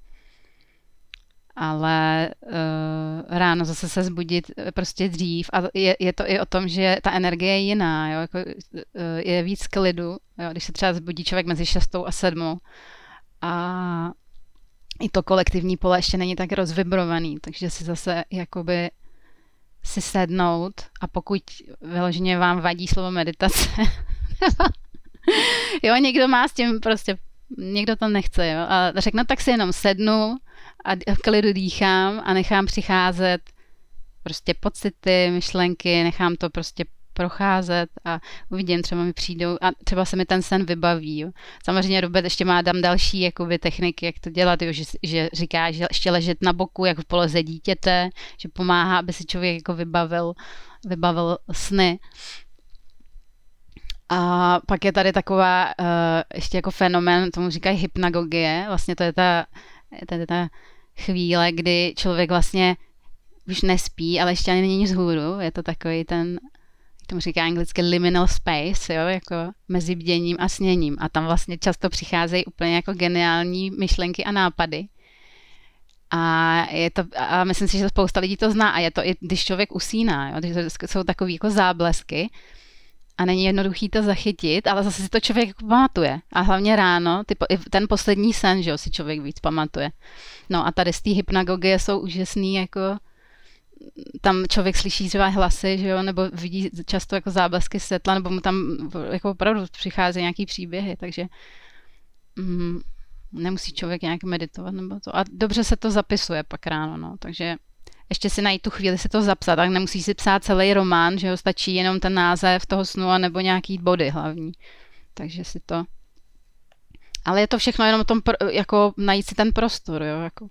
Speaker 3: Ale uh, ráno zase se zbudit prostě dřív a je, je to i o tom, že ta energie je jiná, jo? Jako, uh, je víc klidu, jo? Když se třeba zbudí člověk mezi šestou a sedmou a i to kolektivní pole ještě není tak rozvibrovaný, takže si zase jakoby si sednout a pokud vyloženě vám vadí slovo meditace, jo, někdo má s tím prostě, někdo to nechce, jo, a řekne, tak si jenom sednu a v klidu dýchám a nechám přicházet prostě pocity, myšlenky, nechám to prostě procházet a uvidím, třeba mi přijdou a třeba se mi ten sen vybaví. Jo. Samozřejmě Robert ještě má dám další jakoby, techniky, jak to dělat, jo, že, že říká, že ještě ležet na boku, jako v poloze dítěte, že pomáhá, aby si člověk jako vybavil, vybavil sny. A pak je tady taková uh, ještě jako fenomén, tomu říkají hypnagogie, vlastně to je ta, to je ta chvíle, kdy člověk vlastně už nespí, ale ještě ani není vzhůru, je to takový ten tomu říká anglicky liminal space, jo, jako mezi bděním a sněním. A tam vlastně často přicházejí úplně jako geniální myšlenky a nápady. A, je to, a myslím si, že spousta lidí to zná. A je to i když člověk usíná, jo, když jsou takový jako záblesky a není jednoduchý to zachytit, ale zase si to člověk jako pamatuje. A hlavně ráno, ty, ten poslední sen, že jo, si člověk víc pamatuje. No a tady z té hypnagogie jsou úžasný, jako tam člověk slyší třeba hlasy, že jo, nebo vidí často jako záblesky světla, nebo mu tam jako opravdu přicházejí nějaký příběhy, takže mm, nemusí člověk nějak meditovat nebo to. A dobře se to zapisuje pak ráno, no, takže ještě si najít tu chvíli si to zapsat, tak nemusí si psát celý román, že jo, stačí jenom ten název toho snu a nebo nějaký body hlavní. Takže si to... Ale je to všechno jenom o tom, jako najít si ten prostor, jo, jako...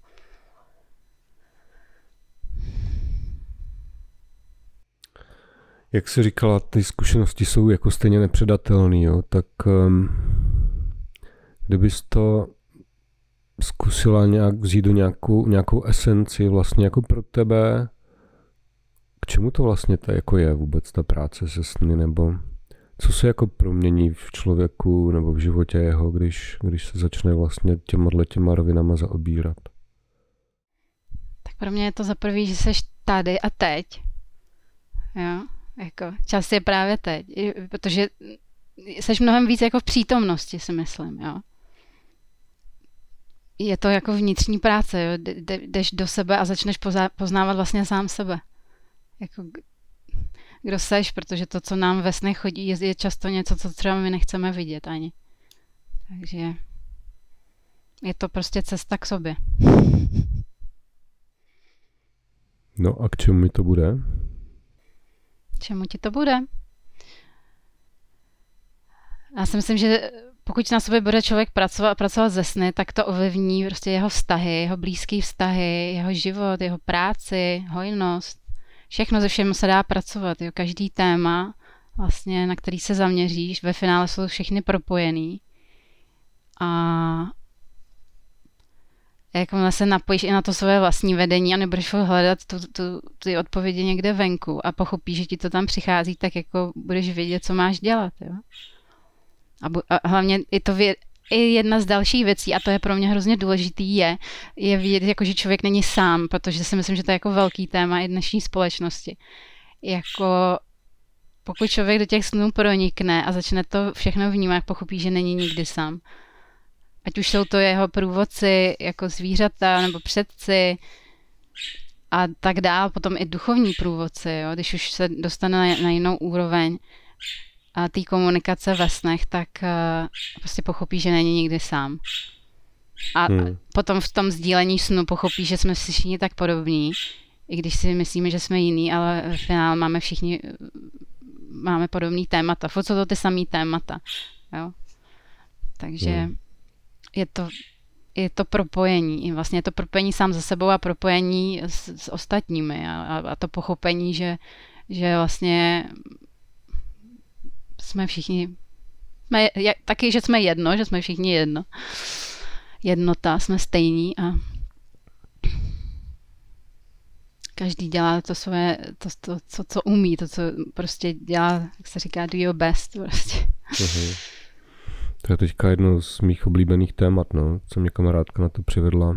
Speaker 2: Jak jsi říkala, ty zkušenosti jsou jako stejně nepředatelné, jo, tak um, kdybys to zkusila nějak vzít do nějakou, nějakou esenci vlastně jako pro tebe, k čemu to vlastně to jako je vůbec ta práce se sny, nebo co se jako promění v člověku nebo v životě jeho, když, když se začne vlastně těma těma rovinama zaobírat?
Speaker 3: Tak pro mě je to za prvý, že seš tady a teď. Jo, jako čas je právě teď, protože seš mnohem víc jako v přítomnosti, si myslím, jo. Je to jako vnitřní práce, jo? Jdeš do sebe a začneš poznávat vlastně sám sebe. Jako, kdo seš, protože to, co nám ve snech chodí, je, je často něco, co třeba my nechceme vidět ani. Takže je to prostě cesta k sobě.
Speaker 2: No a k čemu mi to bude?
Speaker 3: Čemu ti to bude? Já si myslím, že pokud na sobě bude člověk pracovat, pracovat ze sny, tak to ovlivní prostě jeho vztahy, jeho blízké vztahy, jeho život, jeho práci, hojnost. Všechno ze všem se dá pracovat. Jo. Každý téma, vlastně, na který se zaměříš, ve finále jsou všechny propojený. A jakmile se napojíš i na to své vlastní vedení a nebudeš hledat tu, tu, ty odpovědi někde venku a pochopíš, že ti to tam přichází, tak jako budeš vědět, co máš dělat. Jo. A, bu- a hlavně je to vě- i jedna z dalších věcí, a to je pro mě hrozně důležitý, je, je vidět, jako, že člověk není sám, protože si myslím, že to je jako velký téma i dnešní společnosti. Jako pokud člověk do těch snů pronikne a začne to všechno vnímat, pochopí, že není nikdy sám. Ať už jsou to jeho průvodci, jako zvířata nebo předci a tak dál, potom i duchovní průvodci, jo, když už se dostane na, na jinou úroveň a té komunikace ve snech, tak uh, prostě pochopí, že není nikdy sám. A hmm. potom v tom sdílení snu pochopí, že jsme všichni tak podobní, i když si myslíme, že jsme jiný, ale v finále máme všichni máme podobný témata. Furt jsou to ty samý témata. Jo? Takže hmm. je to je to propojení. Vlastně je to propojení sám za sebou a propojení s, s ostatními. A, a to pochopení, že, že vlastně jsme všichni, jsme, taky, že jsme jedno, že jsme všichni jedno. Jednota, jsme stejní a každý dělá to svoje, to, to, to, co umí, to, co prostě dělá, jak se říká, do your best prostě.
Speaker 2: Uh-huh. To je teďka jedno z mých oblíbených témat, no, co mě kamarádka na to přivedla.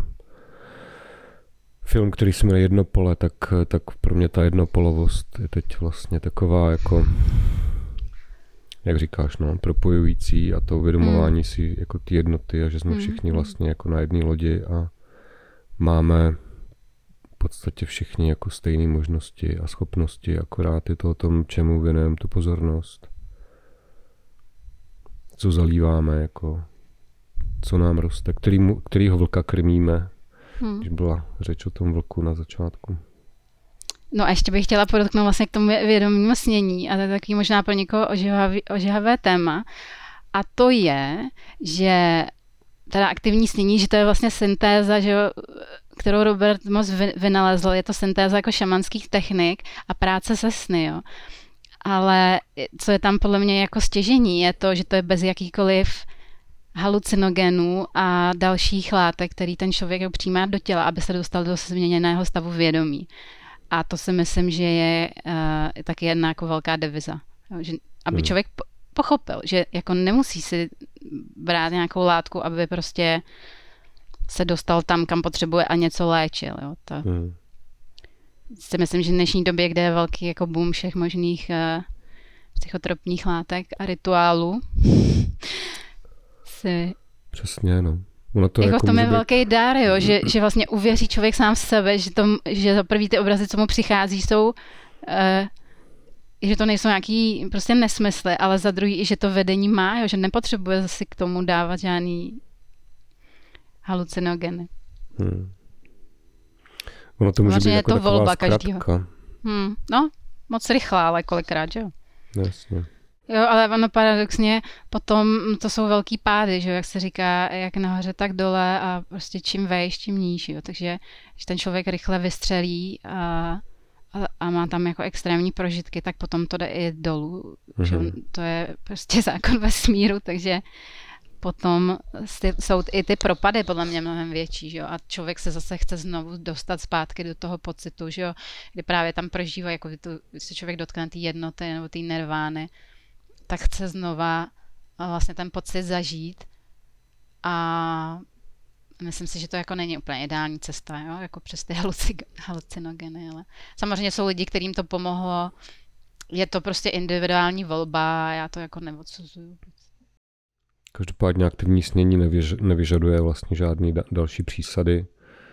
Speaker 2: Film, který se jmenuje Jedno pole, tak, tak pro mě ta jednopolovost je teď vlastně taková jako, jak říkáš, no, propojující a to uvědomování mm. si jako ty jednoty a že jsme mm. všichni vlastně jako na jedné lodi a máme v podstatě všichni jako stejné možnosti a schopnosti, akorát je to o tom, čemu věnujeme tu pozornost. Co zalíváme, jako, co nám roste, kterýmu, kterýho vlka krmíme, hmm. když byla řeč o tom vlku na začátku.
Speaker 3: No a ještě bych chtěla podotknout vlastně k tomu vědomému snění a to je takový možná pro někoho ožehavý, ožehavé téma a to je, že teda aktivní snění, že to je vlastně syntéza, že jo, kterou Robert Moss vynalezl, je to syntéza jako šamanských technik a práce se sny, jo. Ale co je tam podle mě jako stěžení, je to, že to je bez jakýkoliv halucinogenů a dalších látek, který ten člověk přijímá do těla, aby se dostal do změněného stavu vědomí. A to si myslím, že je uh, taky jedna jako velká deviza. Jo, že, aby hmm. člověk po- pochopil, že jako nemusí si brát nějakou látku, aby prostě se dostal tam, kam potřebuje a něco léčil. Jo. To hmm. si myslím, že v dnešní době, kde je velký jako boom všech možných uh, psychotropních látek a rituálů, si...
Speaker 2: Přesně, no. Ono to
Speaker 3: jako,
Speaker 2: jako
Speaker 3: v tom je
Speaker 2: být...
Speaker 3: velký dár, jo, že, že vlastně uvěří člověk sám v sebe, že, to, že za prvý ty obrazy, co mu přichází, jsou, uh, že to nejsou nějaký prostě nesmysly, ale za druhý i, že to vedení má, jo, že nepotřebuje si k tomu dávat žádný halucinogeny. Hmm.
Speaker 2: Ono to může
Speaker 3: Vlastně
Speaker 2: být
Speaker 3: je
Speaker 2: jako
Speaker 3: to
Speaker 2: taková
Speaker 3: volba
Speaker 2: zkratka.
Speaker 3: každýho. Hmm, no, moc rychlá, ale kolikrát, že jo.
Speaker 2: Jasně.
Speaker 3: Jo, ale ono paradoxně potom to jsou velký pády, že jo, jak se říká, jak nahoře, tak dole a prostě čím vejš, tím níž, jo. Takže když ten člověk rychle vystřelí a, a, a má tam jako extrémní prožitky, tak potom to jde i dolů, mm-hmm. že to je prostě zákon vesmíru, takže potom jsou i ty propady podle mě mnohem větší, že jo, a člověk se zase chce znovu dostat zpátky do toho pocitu, že jo, kdy právě tam prožívá, jako když se člověk dotkne té jednoty nebo té nirvány, tak chce znova vlastně ten pocit zažít a myslím si, že to jako není úplně ideální cesta, jo? Jako přes ty halucinogeny, ale samozřejmě jsou lidi, kterým to pomohlo, je to prostě individuální volba, já to jako neodsuzuju.
Speaker 2: Každopádně aktivní snění nevyž, nevyžaduje vlastně žádný da, další přísady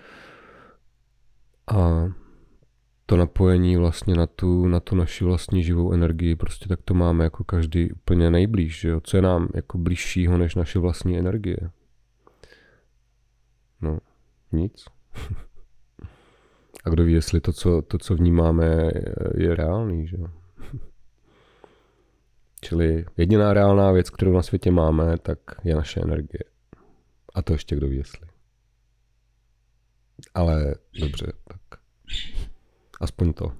Speaker 2: a to napojení vlastně na tu, na tu naši vlastní živou energii, prostě tak to máme jako každý úplně nejblíž, že jo? Co je nám jako blížšího než naše vlastní energie? No, nic. A kdo ví, jestli to, co, to, co vnímáme, je, je reálný, že jo? Čili jediná reálná věc, kterou na světě máme, tak je naše energie. A to ještě kdo ví, jestli. Ale dobře, tak... Aspoň to.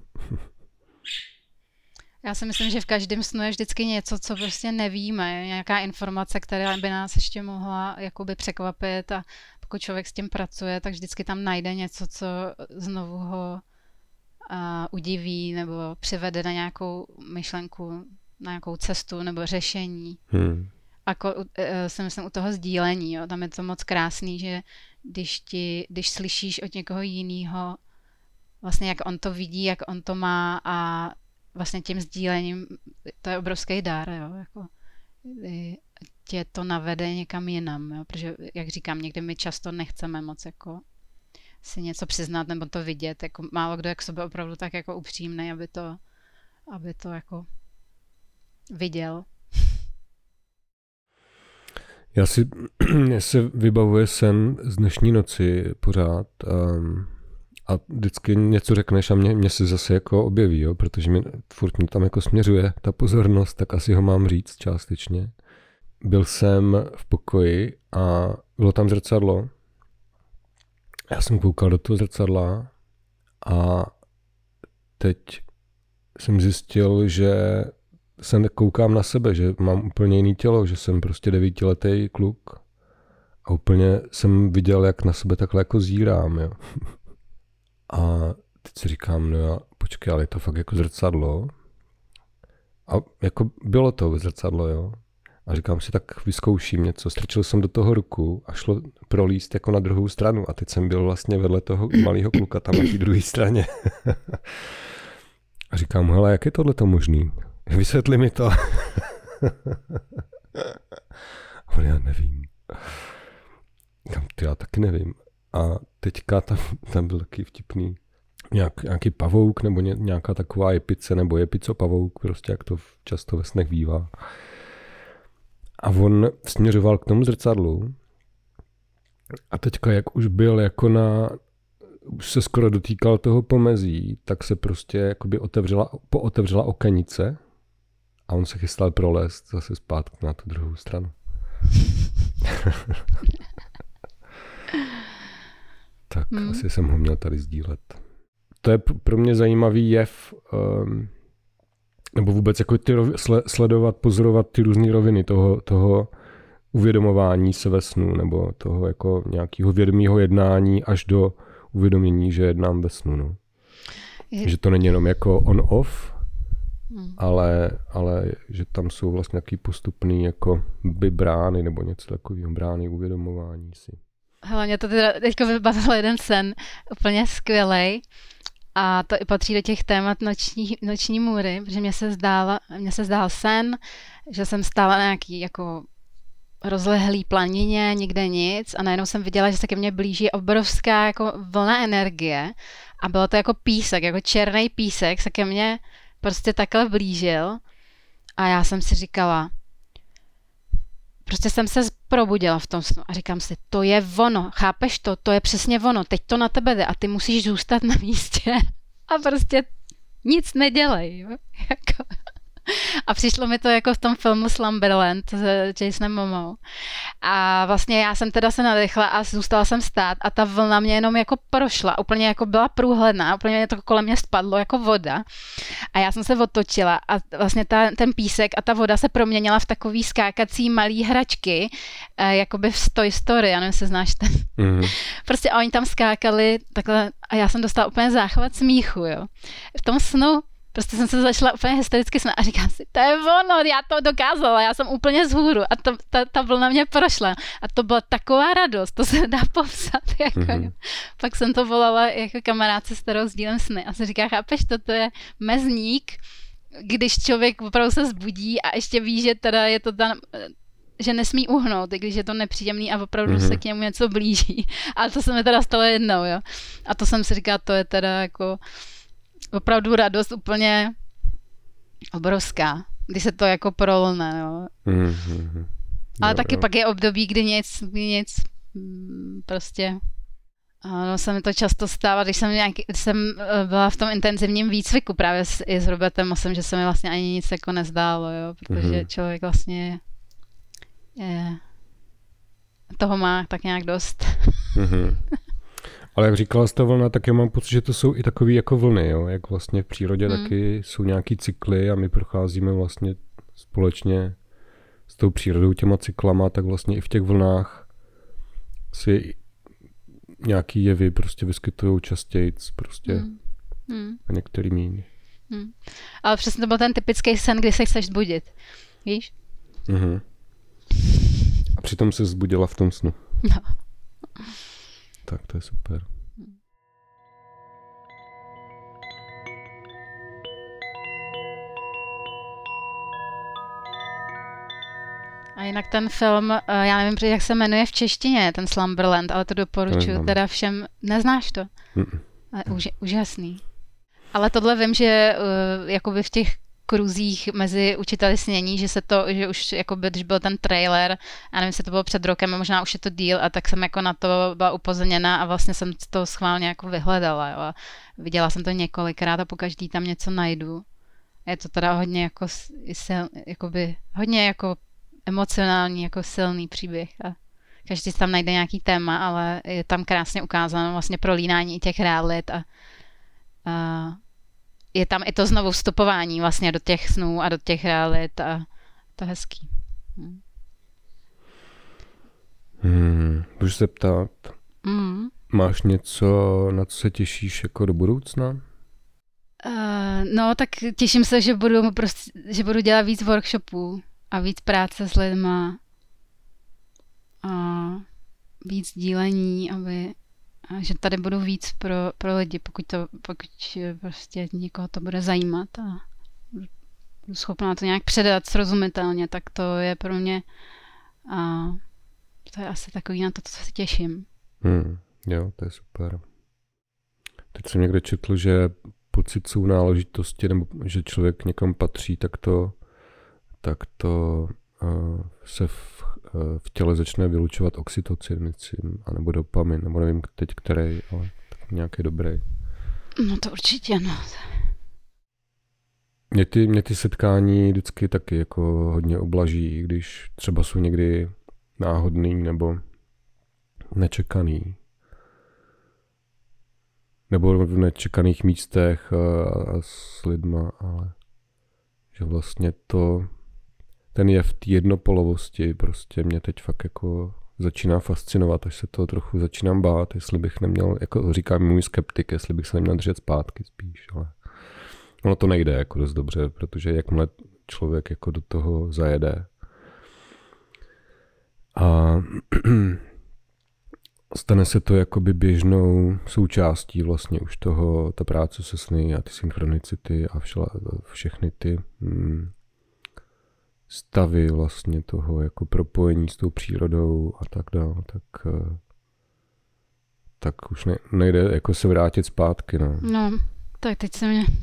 Speaker 3: Já si myslím, že v každém snu je vždycky něco, co prostě nevíme. Nějaká informace, která by nás ještě mohla jakoby překvapit a pokud člověk s tím pracuje, tak vždycky tam najde něco, co znovu ho uh, udiví nebo přivede na nějakou myšlenku, na nějakou cestu nebo řešení. Hmm. A ko, uh, si myslím u toho sdílení, jo, tam je to moc krásný, že když, ti, když slyšíš od někoho jiného, vlastně jak on to vidí, jak on to má a vlastně tím sdílením, to je obrovský dár, jo, jako tě to navede někam jinam, jo, protože jak říkám, někdy my často nechceme moc jako si něco přiznat nebo to vidět, jako málo kdo je k sobě opravdu tak jako upřímnej, aby to, aby to jako viděl.
Speaker 2: Já si, já si vybavuji sen z dnešní noci pořád um, a vždycky něco řekneš a mě, mě se zase jako objeví, jo, protože mě, furt mě tam jako směřuje ta pozornost, tak asi ho mám říct částečně. Byl jsem v pokoji a bylo tam zrcadlo. Já jsem koukal do toho zrcadla a teď jsem zjistil, že se koukám na sebe, že mám úplně jiný tělo, že jsem prostě devítiletý kluk a úplně jsem viděl, jak na sebe takhle jako zírám, jo. A teď si říkám, no já, počkej, ale je to fakt jako zrcadlo. A jako bylo to zrcadlo, jo. A říkám si, tak vyzkouším něco. Strčil jsem do toho ruku a šlo prolíst jako na druhou stranu. A teď jsem byl vlastně vedle toho malého kluka tam na té druhé straně. A říkám, hele, jak je tohleto možný? Vysvětli mi to. A on, já nevím. Říkám, ty, já taky nevím. A teďka tam, tam byl taky vtipný nějak, nějaký pavouk nebo ně, nějaká taková jepice nebo jepico pavouk, prostě jak to často ve snech bývá. A on směřoval k tomu zrcadlu a teďka jak už byl jako na, už se skoro dotýkal toho pomezí, tak se prostě jakoby otevřela, pootevřela okenice a on se chystal prolézt zase zpátky na tu druhou stranu. Tak hmm. asi jsem ho měl tady sdílet. To je pro mě zajímavý jev, um, nebo vůbec jako ty rovi, sledovat, pozorovat ty různé roviny toho, toho uvědomování se ve snu, nebo toho jako nějakého vědomého jednání až do uvědomění, že jednám ve snu. No. Je... Že to není jenom jako on-off, hmm. ale, ale že tam jsou vlastně nějaký postupný jako by brány nebo něco takového, brány uvědomování si.
Speaker 3: Hele, mě to teda teďko vybavil jeden sen, úplně skvělej. A to i patří do těch témat noční, noční můry, protože mě se zdála, mně se zdál sen, že jsem stála na nějaký jako rozlehlý planině, nikde nic a najednou jsem viděla, že se ke mně blíží obrovská jako vlna energie a bylo to jako písek, jako černý písek se ke mně prostě takhle blížil a já jsem si říkala, prostě jsem se probudila v tom snu a říkám si, to je ono, chápeš to, to je přesně ono, teď to na tebe jde a ty musíš zůstat na místě a prostě nic nedělej. Jo? Jako. A přišlo mi to jako v tom filmu Slumberland s Jasonem Momou. A vlastně já jsem teda se nadechla a zůstala jsem stát a ta vlna mě jenom jako prošla, úplně jako byla průhledná, úplně mě to kolem mě spadlo jako voda. A já jsem se otočila a vlastně ta, ten písek a ta voda se proměnila v takový skákací malý hračky, eh, jakoby v Toy Story, já nevím, jestli znáš ten. Mm-hmm. Prostě oni tam skákali takhle a já jsem dostala úplně záchvat smíchu, jo. V tom snu prostě jsem se začala úplně hystericky snát a říkám si, to je ono, já to dokázala, já jsem úplně vzhůru a to, ta, ta vlna mě prošla. A to byla taková radost, to se dá popsat. Jako, mm-hmm. Pak jsem to volala jako kamarádce, s kterou sdílem sny a se říká, chápeš, toto je mezník, když člověk opravdu se zbudí a ještě ví, že teda je to tam, že nesmí uhnout, i když je to nepříjemný a opravdu mm-hmm. se k němu něco blíží. Ale to se mi teda stalo jednou, jo. A to jsem si říkala, to je teda jako opravdu radost úplně obrovská, když se to jako prolne, jo. Mm-hmm. Ale jo, taky jo. Pak je období, kdy nic, kdy nic, prostě, no se mi to často stává, když jsem, nějaký, když jsem byla v tom intenzivním výcviku právě s, i s Robertem Mosem, že se mi vlastně ani nic jako nezdálo, jo, protože mm-hmm. člověk vlastně je, toho má tak nějak dost. Mm-hmm.
Speaker 2: Ale jak říkala jste vlna, tak já mám pocit, že to jsou i takové jako vlny, jo? Jak vlastně v přírodě hmm. taky jsou nějaký cykly a my procházíme vlastně společně s tou přírodou těma cyklama, tak vlastně i v těch vlnách si nějaký jevy prostě vyskytují častěji prostě hmm. Hmm. a některý míň.
Speaker 3: Hmm. Ale přesně to byl ten typický sen, kdy se chceš zbudit, víš?
Speaker 2: Mhm. A přitom se zbudila v tom snu.
Speaker 3: No.
Speaker 2: Tak to je super.
Speaker 3: A jinak ten film, já nevím, jak se jmenuje v češtině, ten Slumberland, ale to doporučuji teda všem. Neznáš to? Mm-mm. Už, úžasný. Ale tohle vím, že uh, jakoby v těch kruzích mezi učiteli snění, že se to, že už jakoby, když byl ten trailer, já nevím, jestli to bylo před rokem, a možná už je to díl, a tak jsem jako na to byla upozorněna a vlastně jsem to schválně jako vyhledala, jo. A viděla jsem to několikrát a pokaždý tam něco najdu. A je to teda hodně jako sil, jakoby, hodně jako emocionální, jako silný příběh a každý tam najde nějaký téma, ale je tam krásně ukázáno vlastně prolínání i těch realit a, a je tam i to znovu vstupování vlastně do těch snů a do těch realit a to hezký. Hmm.
Speaker 2: Hmm, můžu se ptát, hmm. máš něco, na co se těšíš jako do budoucna?
Speaker 3: Uh, no, tak těším se, že budu, prostě, že budu dělat víc workshopů a víc práce s lidma a víc dílení, aby a že tady budu víc pro, pro lidi, pokud to, pokud prostě někoho to bude zajímat a budu schopná to nějak předat srozumitelně, tak to je pro mě a to je asi takový na to, co se těším.
Speaker 2: Hmm, jo, to je super. Teď jsem někde četl, že pocit sounáležitosti, nebo že člověk někam patří, tak to, tak to uh, se v v těle začne vylučovat oxytocin, myslím, anebo dopamin, nebo nevím teď který, ale tak nějaký dobrý.
Speaker 3: No to určitě, no.
Speaker 2: Mě ty, mě ty setkání vždycky taky jako hodně oblaží, když třeba jsou někdy náhodný nebo nečekaný. Nebo v nečekaných místech a, a s lidma, ale že vlastně to ten je v té jednopolovosti, prostě mě teď fakt jako začíná fascinovat, až se toho trochu začínám bát, jestli bych neměl, jako říká můj skeptik, jestli bych se neměl držet zpátky spíš, ale ono to nejde jako dost dobře, protože jakmile člověk jako do toho zajede a stane se to jakoby běžnou součástí vlastně už toho, ta práce se sny a ty synchronicity a všela, všechny ty hmm, stavy vlastně toho jako propojení s tou přírodou a tak dále, tak, tak už ne, nejde jako se vrátit zpátky. No,
Speaker 3: no tak teď se mě...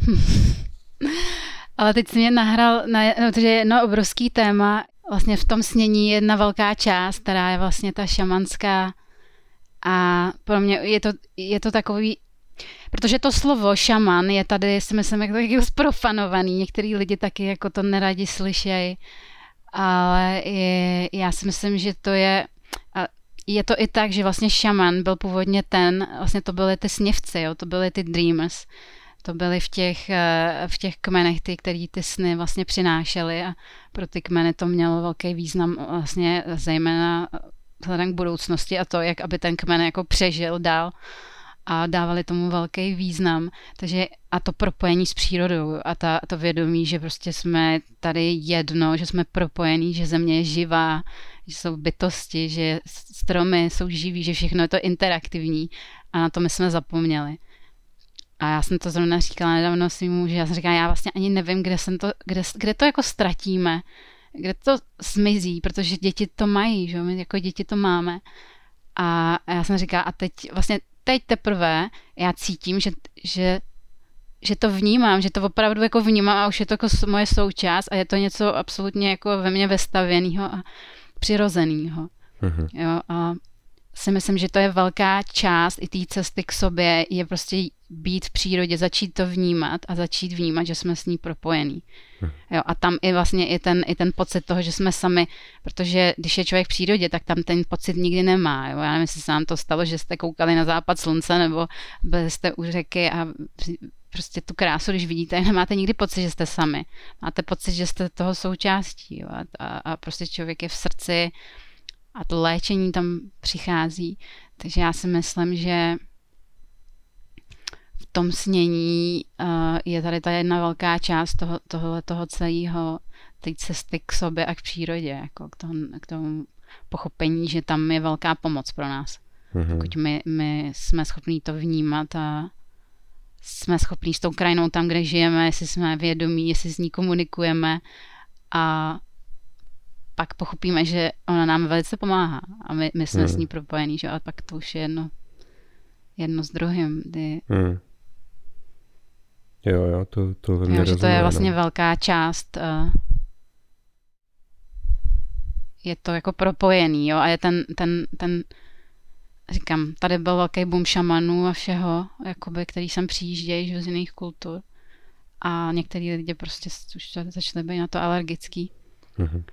Speaker 3: Ale teď se mě nahrál, na, no, protože je jedno obrovský téma, vlastně v tom snění je jedna velká část, která je vlastně ta šamanská a pro mě je to, je to takový, protože to slovo šaman je tady, si myslím, jako taky zprofanovaný, některý lidi taky jako to neradi slyšejí, ale je, já si myslím, že to je, je to i tak, že vlastně šaman byl původně ten, vlastně to byly ty snivci, jo, to byly ty dreamers, to byly v těch, v těch kmenech ty, který ty sny vlastně přinášely a pro ty kmeny to mělo velký význam vlastně zejména vzhledem k budoucnosti a to, jak aby ten kmen jako přežil dál a dávali tomu velký význam. Takže a to propojení s přírodou a ta, to vědomí, že prostě jsme tady jedno, že jsme propojení, že země je živá, že jsou bytosti, že stromy jsou živí, že všechno je to interaktivní a na to my jsme zapomněli. A já jsem to zrovna říkala nedávno svým muži, já jsem říkala, já vlastně ani nevím, kde, jsem to, kde, kde to jako ztratíme, kde to zmizí, protože děti to mají, že my jako děti to máme. A já jsem říkala, a teď vlastně teď teprve já cítím, že, že, že to vnímám, že to opravdu jako vnímám a už je to jako moje součást a je to něco absolutně jako ve mně vestavěného a přirozeného. Mhm. Jo, a si myslím, že to je velká část i té cesty k sobě, je prostě být v přírodě, začít to vnímat a začít vnímat, že jsme s ní propojení. Hmm. Jo, a tam i vlastně i ten, i ten pocit toho, že jsme sami, protože když je člověk v přírodě, tak tam ten pocit nikdy nemá. Jo. Já nevím, jestli se nám to stalo, že jste koukali na západ slunce nebo byli jste u řeky a prostě tu krásu, když vidíte, nemáte nikdy pocit, že jste sami. Máte pocit, že jste toho součástí. Jo. A, a, a prostě člověk je v srdci a to léčení tam přichází. Takže já si myslím, že v tom snění uh, je tady ta jedna velká část toho, tohle toho celého, té cesty k sobě a k přírodě, jako k, toho, k tomu pochopení, že tam je velká pomoc pro nás. Mm-hmm. Pokud my, my jsme schopní to vnímat a jsme schopní s tou krajinou tam, kde žijeme, jestli jsme vědomí, jestli s ní komunikujeme a pak pochopíme, že ona nám velice pomáhá a my, my jsme mm. s ní propojení, že? A pak to už je jedno, jedno s druhým. Kdy...
Speaker 2: Mm. Jo, jo, to, to ve mně
Speaker 3: jo, že to je vlastně
Speaker 2: no.
Speaker 3: velká část. Uh, je to jako propojený, jo, a je ten, ten, ten, říkám, tady byl velký boom šamanů a všeho, jakoby, který sem přijíždějí z jiných kultur a některý lidi prostě už začali být na to alergický. Mm-hmm.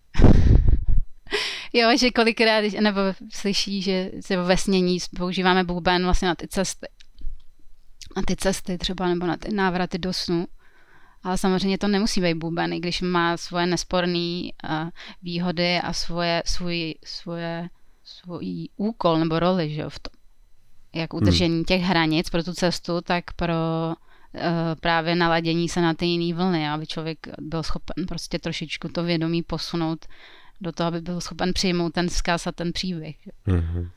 Speaker 3: Jo, že kolikrát, nebo slyší, že ve snění používáme buben vlastně na ty cesty. Na ty cesty třeba, nebo na ty návraty do snu. Ale samozřejmě to nemusí být buben, i když má svoje nesporné uh, výhody a svoje, svůj, svoje, svůj úkol nebo roli, že jo, v tom. Jak udržení hmm. těch hranic pro tu cestu, tak pro uh, právě naladění se na ty jiné vlny, aby člověk byl schopen prostě trošičku to vědomí posunout do toho, aby byl schopen přijmout ten vzkaz a ten příběh. Mm-hmm.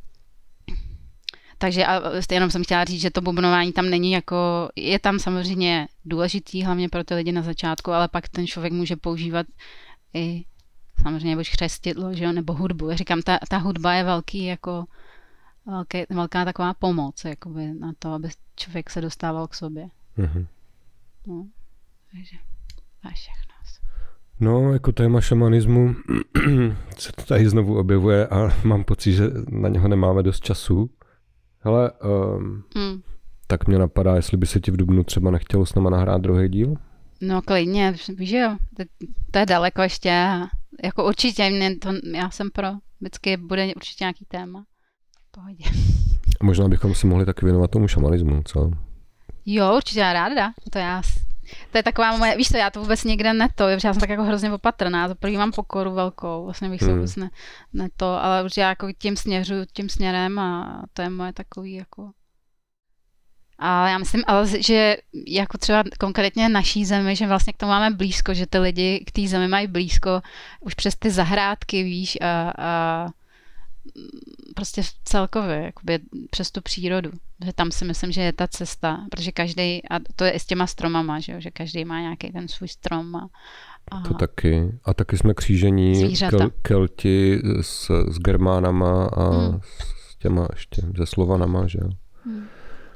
Speaker 3: Takže a jenom jsem chtěla říct, že to bubnování tam není jako, je tam samozřejmě důležitý, hlavně pro ty lidi na začátku, ale pak ten člověk může používat i samozřejmě buď křestidlo, že jo, nebo hudbu. Já říkám, ta, ta hudba je velký jako velký, velká taková pomoc jakoby na to, aby člověk se dostával k sobě. Mm-hmm. No, takže to je všechno.
Speaker 2: No, jako téma šamanismu se to tady znovu objevuje a mám pocit, že na něho nemáme dost času. Hele, um, mm. tak mě napadá, jestli by se ti v dubnu třeba nechtělo s náma nahrát druhý díl?
Speaker 3: No klidně, víš jo, to, to je daleko ještě. Jako určitě, mě to, já jsem pro, vždycky bude určitě nějaký téma. Pohodě.
Speaker 2: A možná bychom si mohli taky věnovat tomu šamanismu, co?
Speaker 3: Jo, určitě já ráda, to já To je taková moje, víš co, já to vůbec někde neto, protože já jsem tak jako hrozně opatrná, za první mám pokoru velkou, vlastně bych se
Speaker 2: Hmm.
Speaker 3: vůbec ne, neto, ale určitě já jako tím směřuju, tím směrem a to je moje takový jako... A já myslím, ale že jako třeba konkrétně naší zemi, že vlastně k tomu máme blízko, že ty lidi k té zemi mají blízko už přes ty zahrádky, víš, a, a prostě celkově, jakoby přes tu přírodu. Že tam si myslím, že je ta cesta, protože každý, a to je i s těma stromama, že, jo, že každý má nějaký ten svůj strom. A, a
Speaker 2: To taky. A taky jsme křížení
Speaker 3: Zvířata.
Speaker 2: kel, Kelti s, s Germánama a
Speaker 3: Hmm.
Speaker 2: s těma ještě, se Slovanama, že jo.
Speaker 3: Hmm.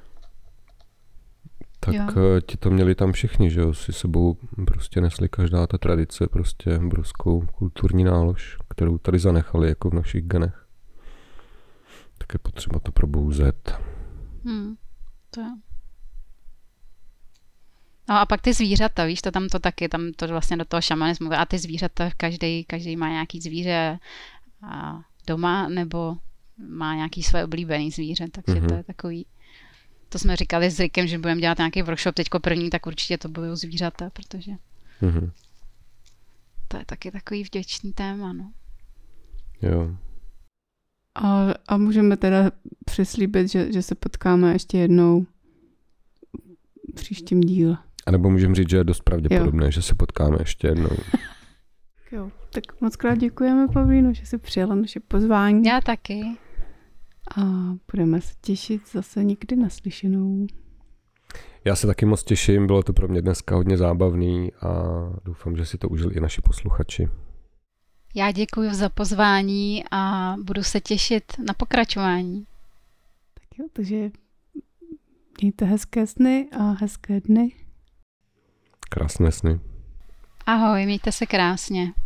Speaker 2: Tak
Speaker 3: Jo.
Speaker 2: eh, ti to měli tam všichni, že jo, si sebou prostě nesli každá ta tradice, prostě obrovskou kulturní nálož, kterou tady zanechali jako v našich genech. Tak je potřeba to probouzet.
Speaker 3: Hmm, to jo. No a pak ty zvířata, víš, to tam to taky, tam to vlastně do toho šamanismu. A ty zvířata, každý, každý má nějaký zvíře a doma, nebo má nějaký své oblíbený zvíře, takže
Speaker 2: Mhm.
Speaker 3: to je takový. To jsme říkali s Rikem, že budeme dělat nějaký workshop teďko první, tak určitě to budou zvířata, protože
Speaker 2: Mhm.
Speaker 3: to je taky takový vděčný téma, no.
Speaker 2: Jo.
Speaker 1: A, a můžeme teda přislíbit, že, že se potkáme ještě jednou v příštím díle.
Speaker 2: A nebo můžeme říct, že je dost pravděpodobné, jo. že se potkáme ještě jednou.
Speaker 1: Jo, tak moc krát děkujeme, Pavlíno, že jsi přijala naše pozvání.
Speaker 3: Já taky.
Speaker 1: A budeme se těšit zase někdy naslyšenou.
Speaker 2: Já se taky moc těším, bylo to pro mě dneska hodně zábavný a doufám, že si to užili i naši posluchači.
Speaker 3: Já děkuji za pozvání a budu se těšit na pokračování.
Speaker 1: Tak jo, takže mějte hezké sny a hezké dny.
Speaker 2: Krásné sny.
Speaker 3: Ahoj, mějte se krásně.